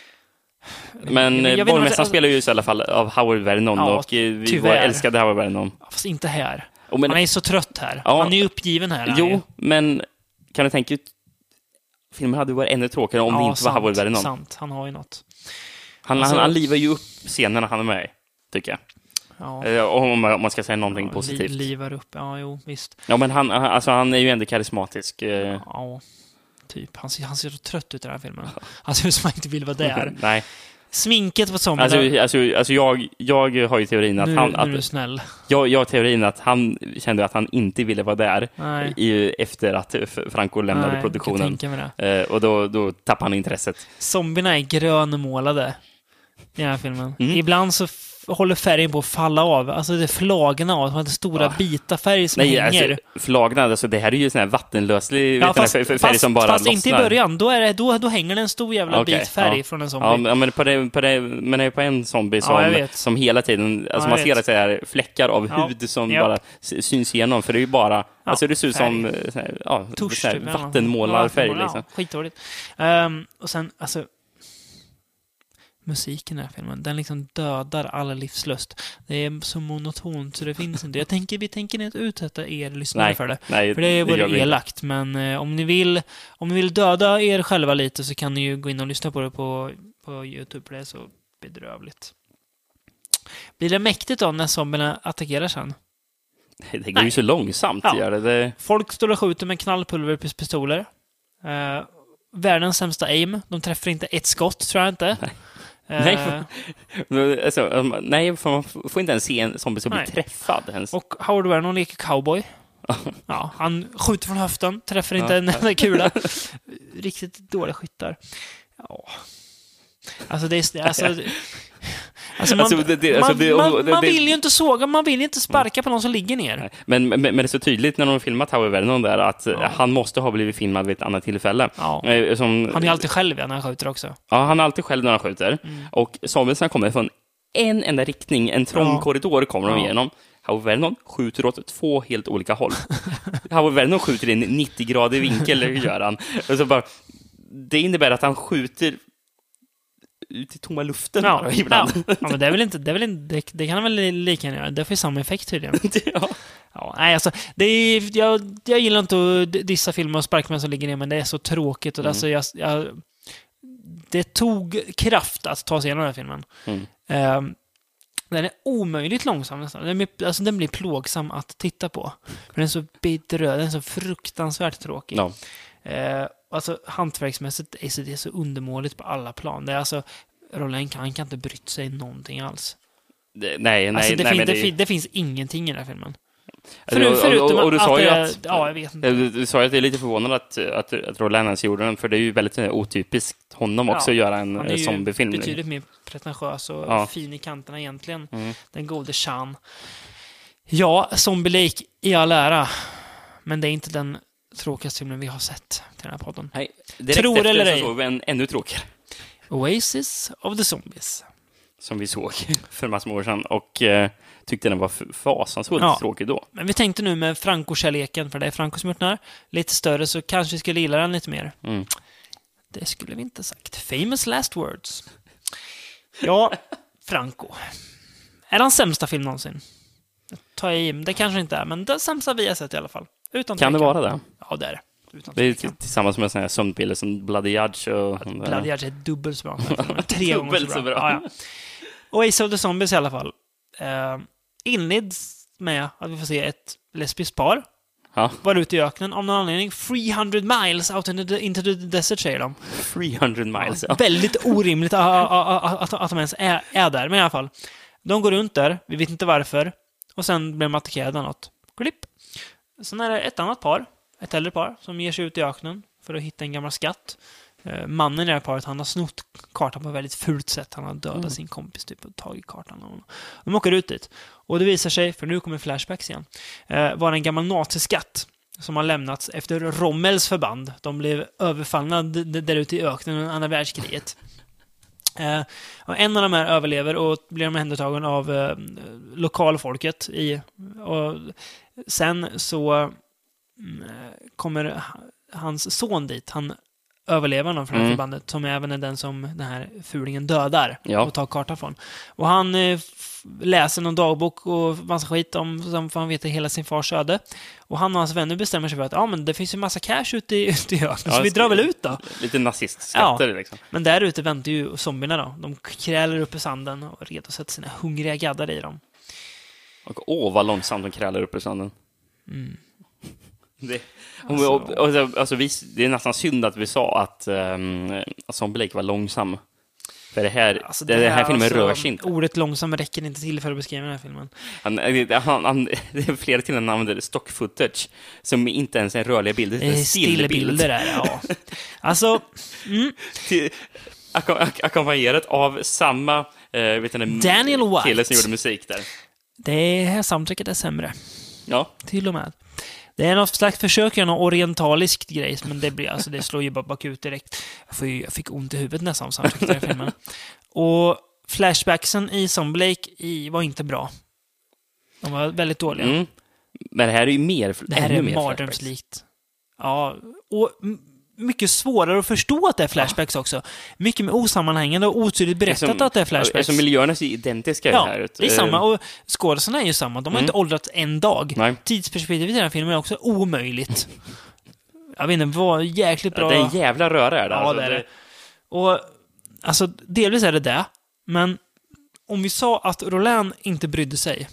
Men Jag vet inte Borgmästaren vad det- spelar ju i alla fall av Howard Vernon Ja, och eh, vi tyvärr. var älskade Howard Vernon. Fast inte här. Och men, Han är ju så trött här. Ja. Han är ju uppgiven här. han är jo, ju. men kan du tänka ut filmen hade varit ännu tråkigare om det Ja, inte var Howard Vernon. sant. Han har ju något. Han, Alltså- han, han livar ju upp scenerna han är med i, tycker jag. Ja. Eh, Om man om man ska säga någonting Ja, positivt. Li, livar upp. Ja, jo, visst. Ja, men han, han- alltså, han är ju ändå karismatisk. eh. Ja, typ. Han ser, han ser så trött ut i den här filmen. Han ser ut som att han inte vill vara där. Nej. Sminket på zombie. Alltså, alltså, alltså jag, jag har ju teorin att nu, han... nu att, är du snäll. jag, jag har teorin att han kände att han inte ville vara där i, efter att Franco lämnade Nej, produktionen. jag kan tänka mig det. Eh, och då, då tappade han intresset. Zombierna är grönmålade i den här filmen. Mm. Ibland så f- håller färgen på att falla av. Alltså det är flagorna av. Man har stora Ja. bitar färg som Nej, hänger. alltså, flagorna, alltså, det här är ju sån här vattenlöslig Ja, vet du, fast, färg, färg fast, som bara fast lossnar. inte i början. Då, är det, då, då hänger det en stor jävla Okej, bit färg ja. från en zombie. Ja, men men på det, på det, men det är på en zombie som, Ja, jag vet. som hela tiden, alltså Ja, man jag ser vet. att det är fläckar av Ja. hud som Ja. bara s- syns igenom, för det är ju bara, alltså det ser ut som färg. eh, så här, ja, Tusch, så här, typ, eller något. vattenmålarfärg Ja, liksom. Ja, skitdåligt. Um, och sen, alltså... Musiken i den här filmen, den liksom dödar alla livslust. Det är så monotont så det finns inte. Jag tänker, vi tänker inte utsätta er lyssnare Nej, för det. nej, För det gör vi vore inte. elakt. Men eh, om ni vill om ni vill döda er själva lite så kan ni ju gå in och lyssna på det på, på YouTube. Det är så bedrövligt. Blir det mäktigt då när zombierna attackerar sen? Det går Nej. ju så långsamt, Ja. gör det. det. Folk står och skjuter med knallpulverpistoler. Eh, världens sämsta aim. De träffar inte ett skott, tror jag inte. Nej. Eh, Nej, för, alltså, um, nej, för man får inte ens se en zombie som blir Nej. träffad ens. Och Howard Vernon leker cowboy. Ja, han skjuter från höften, träffar inte Ja. en enda kula. Riktigt dåliga skyttar. Ja. Alltså det är... Alltså, alltså man, Alltså, det- det- alltså, man, det- man, det- man det- vill ju inte såga, man vill ju inte sparka på någon som ligger ner. Nej. Men, men, men det är så tydligt när de filmat Howard Vernon där att Ja. han måste ha blivit filmad vid ett annat tillfälle. Ja. Eh, Som, Han är alltid själv när han skjuter också. ja, han är alltid själv när han skjuter. Mm. Och zombiesarna kommer från en enda riktning, en trång Ja. korridor kommer de Ja. igenom. Howard Vernon skjuter åt två helt olika håll. Howard Vernon skjuter i en nittio-gradig vinkel, gör han. Och så bara, det innebär att han skjuter ut i tomma luften Ja, bara, ibland. ja. Ja, men det är väl inte, det, är väl inte, det, det kan han väl lika gärna göra. Det får ju samma effekt tydligen. ja. Ja, nej, alltså, det är, jag, jag gillar inte att dissa filmer och sparka med som ligger ner, men det är så tråkigt. Och Mm. alltså, jag, jag, det tog kraft att ta sig igenom den här filmen. Mm. Ehm, den är omöjligt långsam nästan. Den, är, alltså, den blir plågsam att titta på. För den är så bedröd, den är så fruktansvärt tråkig. Ja. Eh, alltså hantverksmässigt är så- det är så undermåligt på alla plan. Det är alltså, Roland kan, han kan inte brytt sig någonting alls. Det- Nej, nej, Alltså, det, nej. fin, men det, det, fin, det finns ingenting i den här filmen. Alltså, Förut, och- förutom och- och du att, sa ju det, att- ja, jag vet inte. Du, du sa ju att det är lite förvånande att, att, att Roland ens gjorde den, för det är ju väldigt eh, otypiskt honom också Ja, att göra en Han är eh, ju zombiefilm. betydligt mer pretentiös och Ja. fin i kanterna egentligen. Mm. Den gode Chan. Ja, Zombie Lake i all ära. Men det är inte den tråkigaste filmen vi har sett till den här podden. Nej, direkt Tror efter eller så ej. såg vi en ännu tråkigare Oasis of the Zombies. som vi såg för massor med år sedan och eh, tyckte den var f- fasansfullt Ja. tråkig då. Men vi tänkte nu med Franco-kärleken, för det är Franco som gjort den här, lite större, så kanske vi skulle gilla den lite mer. Mm. Det skulle vi inte sagt. Famous last words. Ja, Franco. Är han sämsta film någonsin? Ta i, det kanske inte är, men det sämsta vi har sett i alla fall. Utan Kan det tvekan. vara det? Ja, det är det. Utan Det är tvekan. t- tillsammans med sådana här sömnpiller som Bloody Judge och... Bloody Judge är dubbelt så bra. Tre gånger Dubbelt så bra. så bra. Ja, ja. Oasis of the Zombies i alla fall. Uh, inleds med att vi får se ett lesbiskt par Ja, var ute i öknen av någon anledning. trehundra miles out into the, into the desert, säger de. trehundra miles. Ja. Väldigt orimligt att, att, att, att de ens är, är där, men i alla fall. De går runt där, vi vet inte varför. Och sen blir de attackerade av något. Klipp. Sen är det ett annat par, ett äldre par, som ger sig ut i öknen för att hitta en gammal skatt. Eh, Mannen i det här paret, han har snott kartan på ett väldigt fult sätt. Han har dödat Mm. sin kompis typ och tagit kartan. Och de åker ut dit. Och det visar sig, för nu kommer flashbacks igen, eh, var en gammal naziskatt som har lämnats efter Rommels förband. De blev överfallna d- d- där ute i öknen under andra världskriget. Eh, och en av de här överlever och blir omhändertagen av eh, lokalfolket. I, och sen så mm, kommer ha- hans son dit. Han överlever någon från det här Mm. förbandet, som även är den som den här fulingen dödar Ja. och tar kartan från. Och han eh, f- läser någon dagbok och massa skit om, som för han vet hela sin fars öde. Och han och hans vänner bestämmer sig för att ja, men det finns ju massa cash ute i, ute i öknen, Ja, så vi drar väl ut då. Lite nazistskatter liksom. Men där ute väntar ju zombierna då. De krälar upp i sanden och redo att sätta sina hungriga gaddar i dem. Och åh, vad långsamt de krälar upp i sanden. Mm. Det, Alltså- och, och, alltså, vi, det är nästan synd att vi sa att um, Zombie Lake var långsam. För det här, Alltså, det, den här är filmen alltså, rör sig inte. Ordet långsam räcker inte till för att beskriva den här filmen. Han, han, han, det är flera till han använder stock footage som inte ens är rörliga bilder. Det är stillbilder där, ja. Alltså... Mm. Till, ak- ackompanjerat av samma eh, vet ni, Daniel White. kille som gjorde musik där. Det här soundtracket är sämre. Ja. Till och med. Det är något slags försök att göra något orientaliskt grej, men det, blir, alltså, det slår ju bara bakut direkt. Jag, får ju, jag fick ont i huvudet nästan av soundtracket i den här filmen. Och flashbacksen i Zombie Lake i, var inte bra. De var väldigt dåliga. Mm. Men det här är ju mer Det här är mardrömslikt. Ja, och m- mycket svårare att förstå att det är flashbacks ja. också. Mycket mer osammanhängande och otydligt berättat som, att det är flashbacks. Alltså miljöerna är identiska ja, här. det är samma. Och skådespelarna är ju samma. De har mm. inte åldrats en dag. Nej. Tidsperspektivet i den här filmen är också omöjligt. Jag vet inte, vad jäkligt bra... Ja, det är en jävla röra är det. Ja, alltså, det är det. Och alltså, delvis är det det. Men om vi sa att Roland inte brydde sig.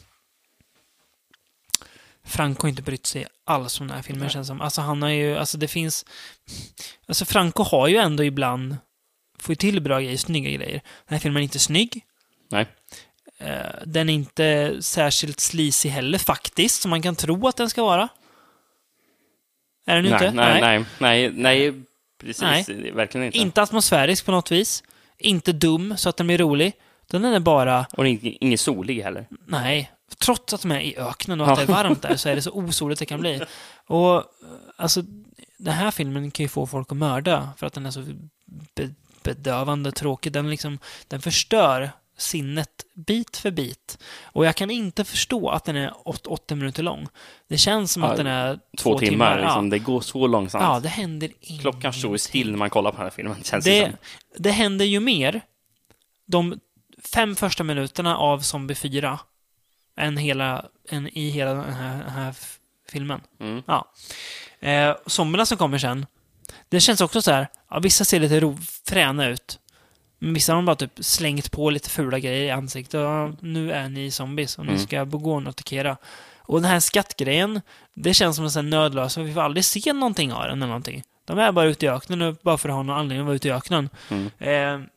Franco har inte brytt sig alls om den här filmen, ja. Känns som. Alltså han har ju, alltså det finns... Alltså Franco har ju ändå ibland får ju till bra grejer, snygga grejer. Den här filmen är inte snygg. Nej. Uh, den är inte särskilt sleazy heller, faktiskt, som man kan tro att den ska vara. Är den nej, inte? Nej, nej, nej, nej, precis. Nej. Verkligen inte. Inte atmosfärisk på något vis. Inte dum så att den blir rolig. Den är bara... Och ingen solig heller. Nej. Trots att de är i öknen och att det är varmt där så är det så osoligt det kan bli. Och alltså, den här filmen kan ju få folk att mörda för att den är så be- bedövande tråkig. Den liksom, den förstör sinnet bit för bit. Och jag kan inte förstå att den är åttio minuter lång. Det känns som ja, att den är två, två timmar. timmar liksom. Ja. Det går så långsamt. Ja, det händer ingenting. Klockan står still när man kollar på den här filmen. Känns det, det, det händer ju mer de fem första minuterna av Zombie fyra än, hela, än i hela den här, den här f- filmen. Mm. Ja. Eh, zombierna som kommer sen, det känns också så här, ja, vissa ser lite ro- fräna ut. Men vissa har bara typ slängt på lite fula grejer i ansiktet. Och nu är ni zombies och mm. ni ska gå och attackera. Och den här skattgrejen, det känns som en sån nödlös. Vi får aldrig se någonting av den eller någonting. De är bara ute i öknen nu, bara för att ha någon anledning att vara ute i öknen. Mm. Eh,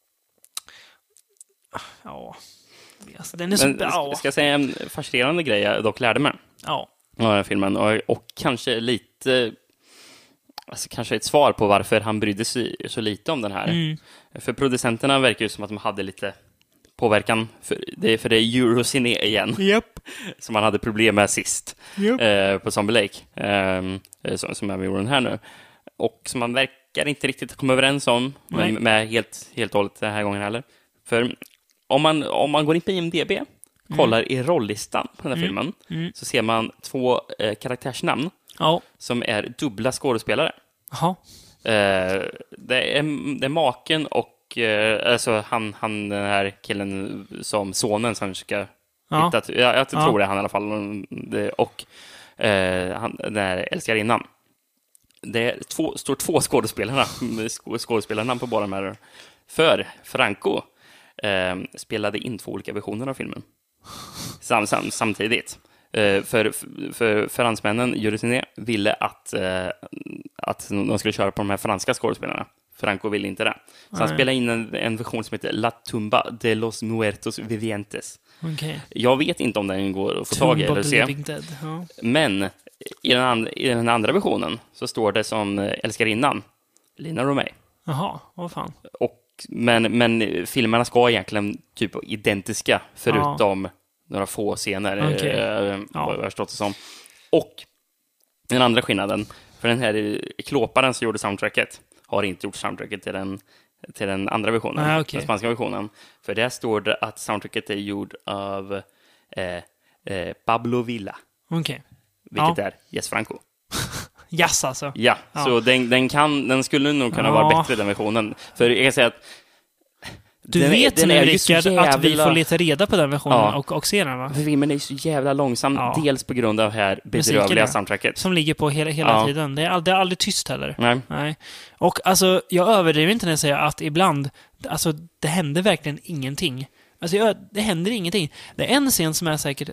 ja... Alltså, den är så, Men, ja. ska jag säga en fascinerande grej jag dock lärde mig ja. av den här filmen och, och kanske lite alltså kanske ett svar på varför han brydde sig så lite om den här. Mm. För producenterna verkar ju som att de hade lite påverkan för det, för det är Eurocine igen Yep. som man hade problem med sist Yep. eh, på Zombie Lake eh, som, som jag gjorde den här nu och som man verkar inte riktigt komma överens om med, med helt, helt och hållet den här gången heller. För Om man, om man går in på I M D B, kollar mm. i rolllistan på den här mm. filmen, mm. så ser man två eh, karaktärsnamn oh. som är dubbla skådespelare. Jaha. Eh, det, är, det är maken och eh, alltså han, han, den här killen som sonen som ska ja. hitta. Jag, jag tror ja. det är han i alla fall. Det, och eh, han, den här älskarinnan. Det är två, står två skådespelare, skådespelarnamn på båda de här. För Franco Eh, spelade in två olika versioner av filmen sam, sam, samtidigt. Eh, för, för fransmännen Eurocine ville att, eh, att de skulle köra på de här franska skådespelarna. Franco ville inte det. Så Nej. han spelade in en, en version som heter La Tumba de los Muertos Vivientes. Okay. Jag vet inte om den går att få tag i eller se. Ja. Men i den, and, i den andra versionen så står det som älskarinnan Lina Romay. Jaha, vad fan. Och Men, men filmerna ska egentligen typ identiska förutom ja. några få scener okay. eh, ja. vad jag har förstått det som. Och den andra skillnaden, för den här klåparen som gjorde soundtracket har inte gjort soundtracket till den, till den andra versionen, ah, okay. den spanska versionen. För där står det att soundtracket är gjord av eh, eh, Pablo Villa. Okay. Vilket ja. är Yes Franco. Yes, alltså. Ja, ja. Så den, den, kan, den skulle nog kunna ja. vara bättre, den versionen. För jag kan säga att du den vet är, nu, Rickard, jävla... att vi får leta reda på den versionen ja. och, och se den, va? För filmen är ju så jävla långsam, ja. dels på grund av här bedrövliga soundtracket. Som ligger på hela, hela ja. tiden. Det är, aldrig, det är aldrig tyst heller. Nej. Nej. Och alltså, jag överdriver inte när jag säger att ibland, alltså, det händer verkligen ingenting. Alltså, jag, det händer ingenting. Det är en scen som är säkert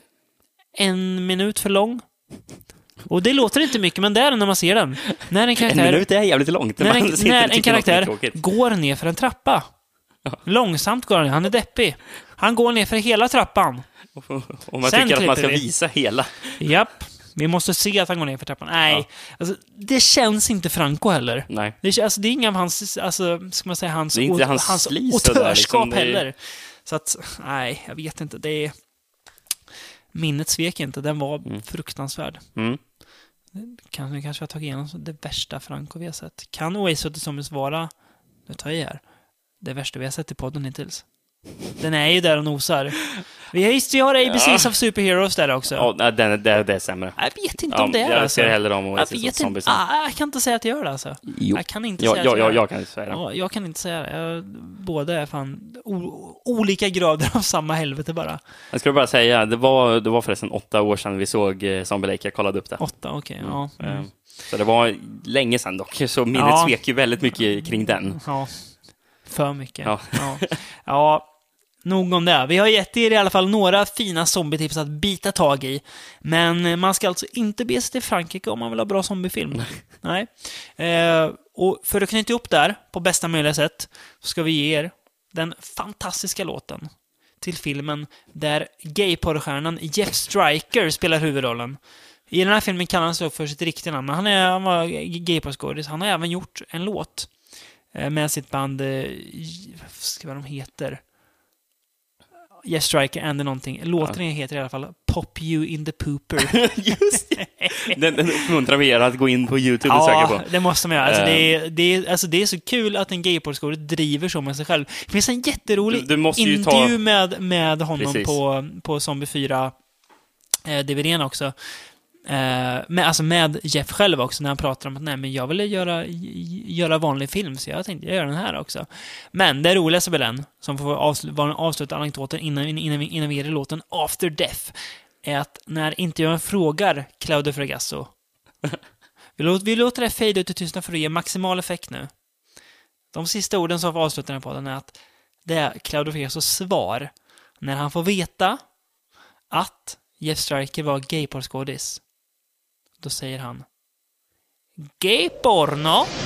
en minut för lång. Och det låter inte mycket, men det är när man ser den. När en karaktär, en minut är jävligt långt. När en, när en karaktär går ner för en trappa. Långsamt går han. Han är deppig. Han går ner för hela trappan. Om man Sen tycker att man klipper ska vi. visa hela. Japp. Vi måste se att han går ner för trappan. Nej, Ja. alltså, det känns inte Franco heller. Nej. Det, alltså, det är inga av hans, alltså, ska man säga, hans, Det är inte o- hans hans slis sådär, autörskap liksom. Det är- heller. Så att, nej, jag vet inte. Det är... Minnet svek inte. Den var Mm. fruktansvärd. Mm. Kan, nu kanske jag har tagit igenom det värsta Franco vi har sett. Kan Oasis of the Zombies vara, nu tar jag i här, det värsta vi har sett i podden hittills? Den är ju där och nosar. Vi har, just, vi har A B Cs Ja. of Superheroes där också. Ja, nej, det, det, det är sämre. Jag vet inte Ja, om det är jag alltså. ser hellre om Jag Oasis vet of Zombies. inte. Ah, jag kan inte säga att jag gör det alltså. Jo. Jag kan inte Ja, säga ja, att jag ja, gör det. jag kan inte säga det. Ja, jag kan inte säga det. Jag, båda är fan o, olika grader av samma helvete bara. Jag skulle bara säga, det var, det var förresten åtta år sedan vi såg eh, Zombie Lake. Jag kollade upp det. Åtta, okej. Okay, ja. Eh, Mm. Så det var länge sedan dock. Så minnet Ja. svek ju väldigt mycket kring den. Ja, för mycket. Ja. Ja. Ja, nog om det. Vi har gett er i alla fall några fina zombietips att bita tag i. Men man ska alltså inte be sig till Frankrike om man vill ha bra zombiefilm. Nej. Eh, och för att knyta ihop där på bästa möjliga sätt så ska vi ge er den fantastiska låten till filmen där gayporrstjärnan Jeff Stryker spelar huvudrollen. I den här filmen kallar han sig för sitt riktiga namn, men han, är, han var gayporrskådis. Han har även gjort en låt med sitt band, vad ska vad de heter? Jeff Stryker and någonting. Låten ja. heter i alla fall Pop You in the Pooper. Just det. Den, den uppmuntrar vi er att gå in på YouTube och ja, söka på. det måste man göra. Alltså, uh. det, är, det, är, alltså, det är så kul att en gayporrskådis driver så med sig själv. Det finns en jätterolig du, du måste ju intervju ta... med, med honom Precis. på, på Zombie fyra eh, D V D:n också. Eh, med, alltså med Jeff själv också, när han pratar om att nej, men jag ville göra, göra vanlig film, så jag tänkte jag gör den här också. Men det roligaste med den, som får avsluta, vara en avslutad anekdoten innan, innan, vi, innan vi ger i låten After Death, är att när intervjuaren frågar Claudio Fragasso vi, låter, vi låter det fade ut i tystnad för att ge maximal effekt nu. De sista orden som får avsluta den här podden är att det är Claudio Fragassos svar när han får veta att Jeff Stryker var gayporrskådis. Då säger han: Gay porno?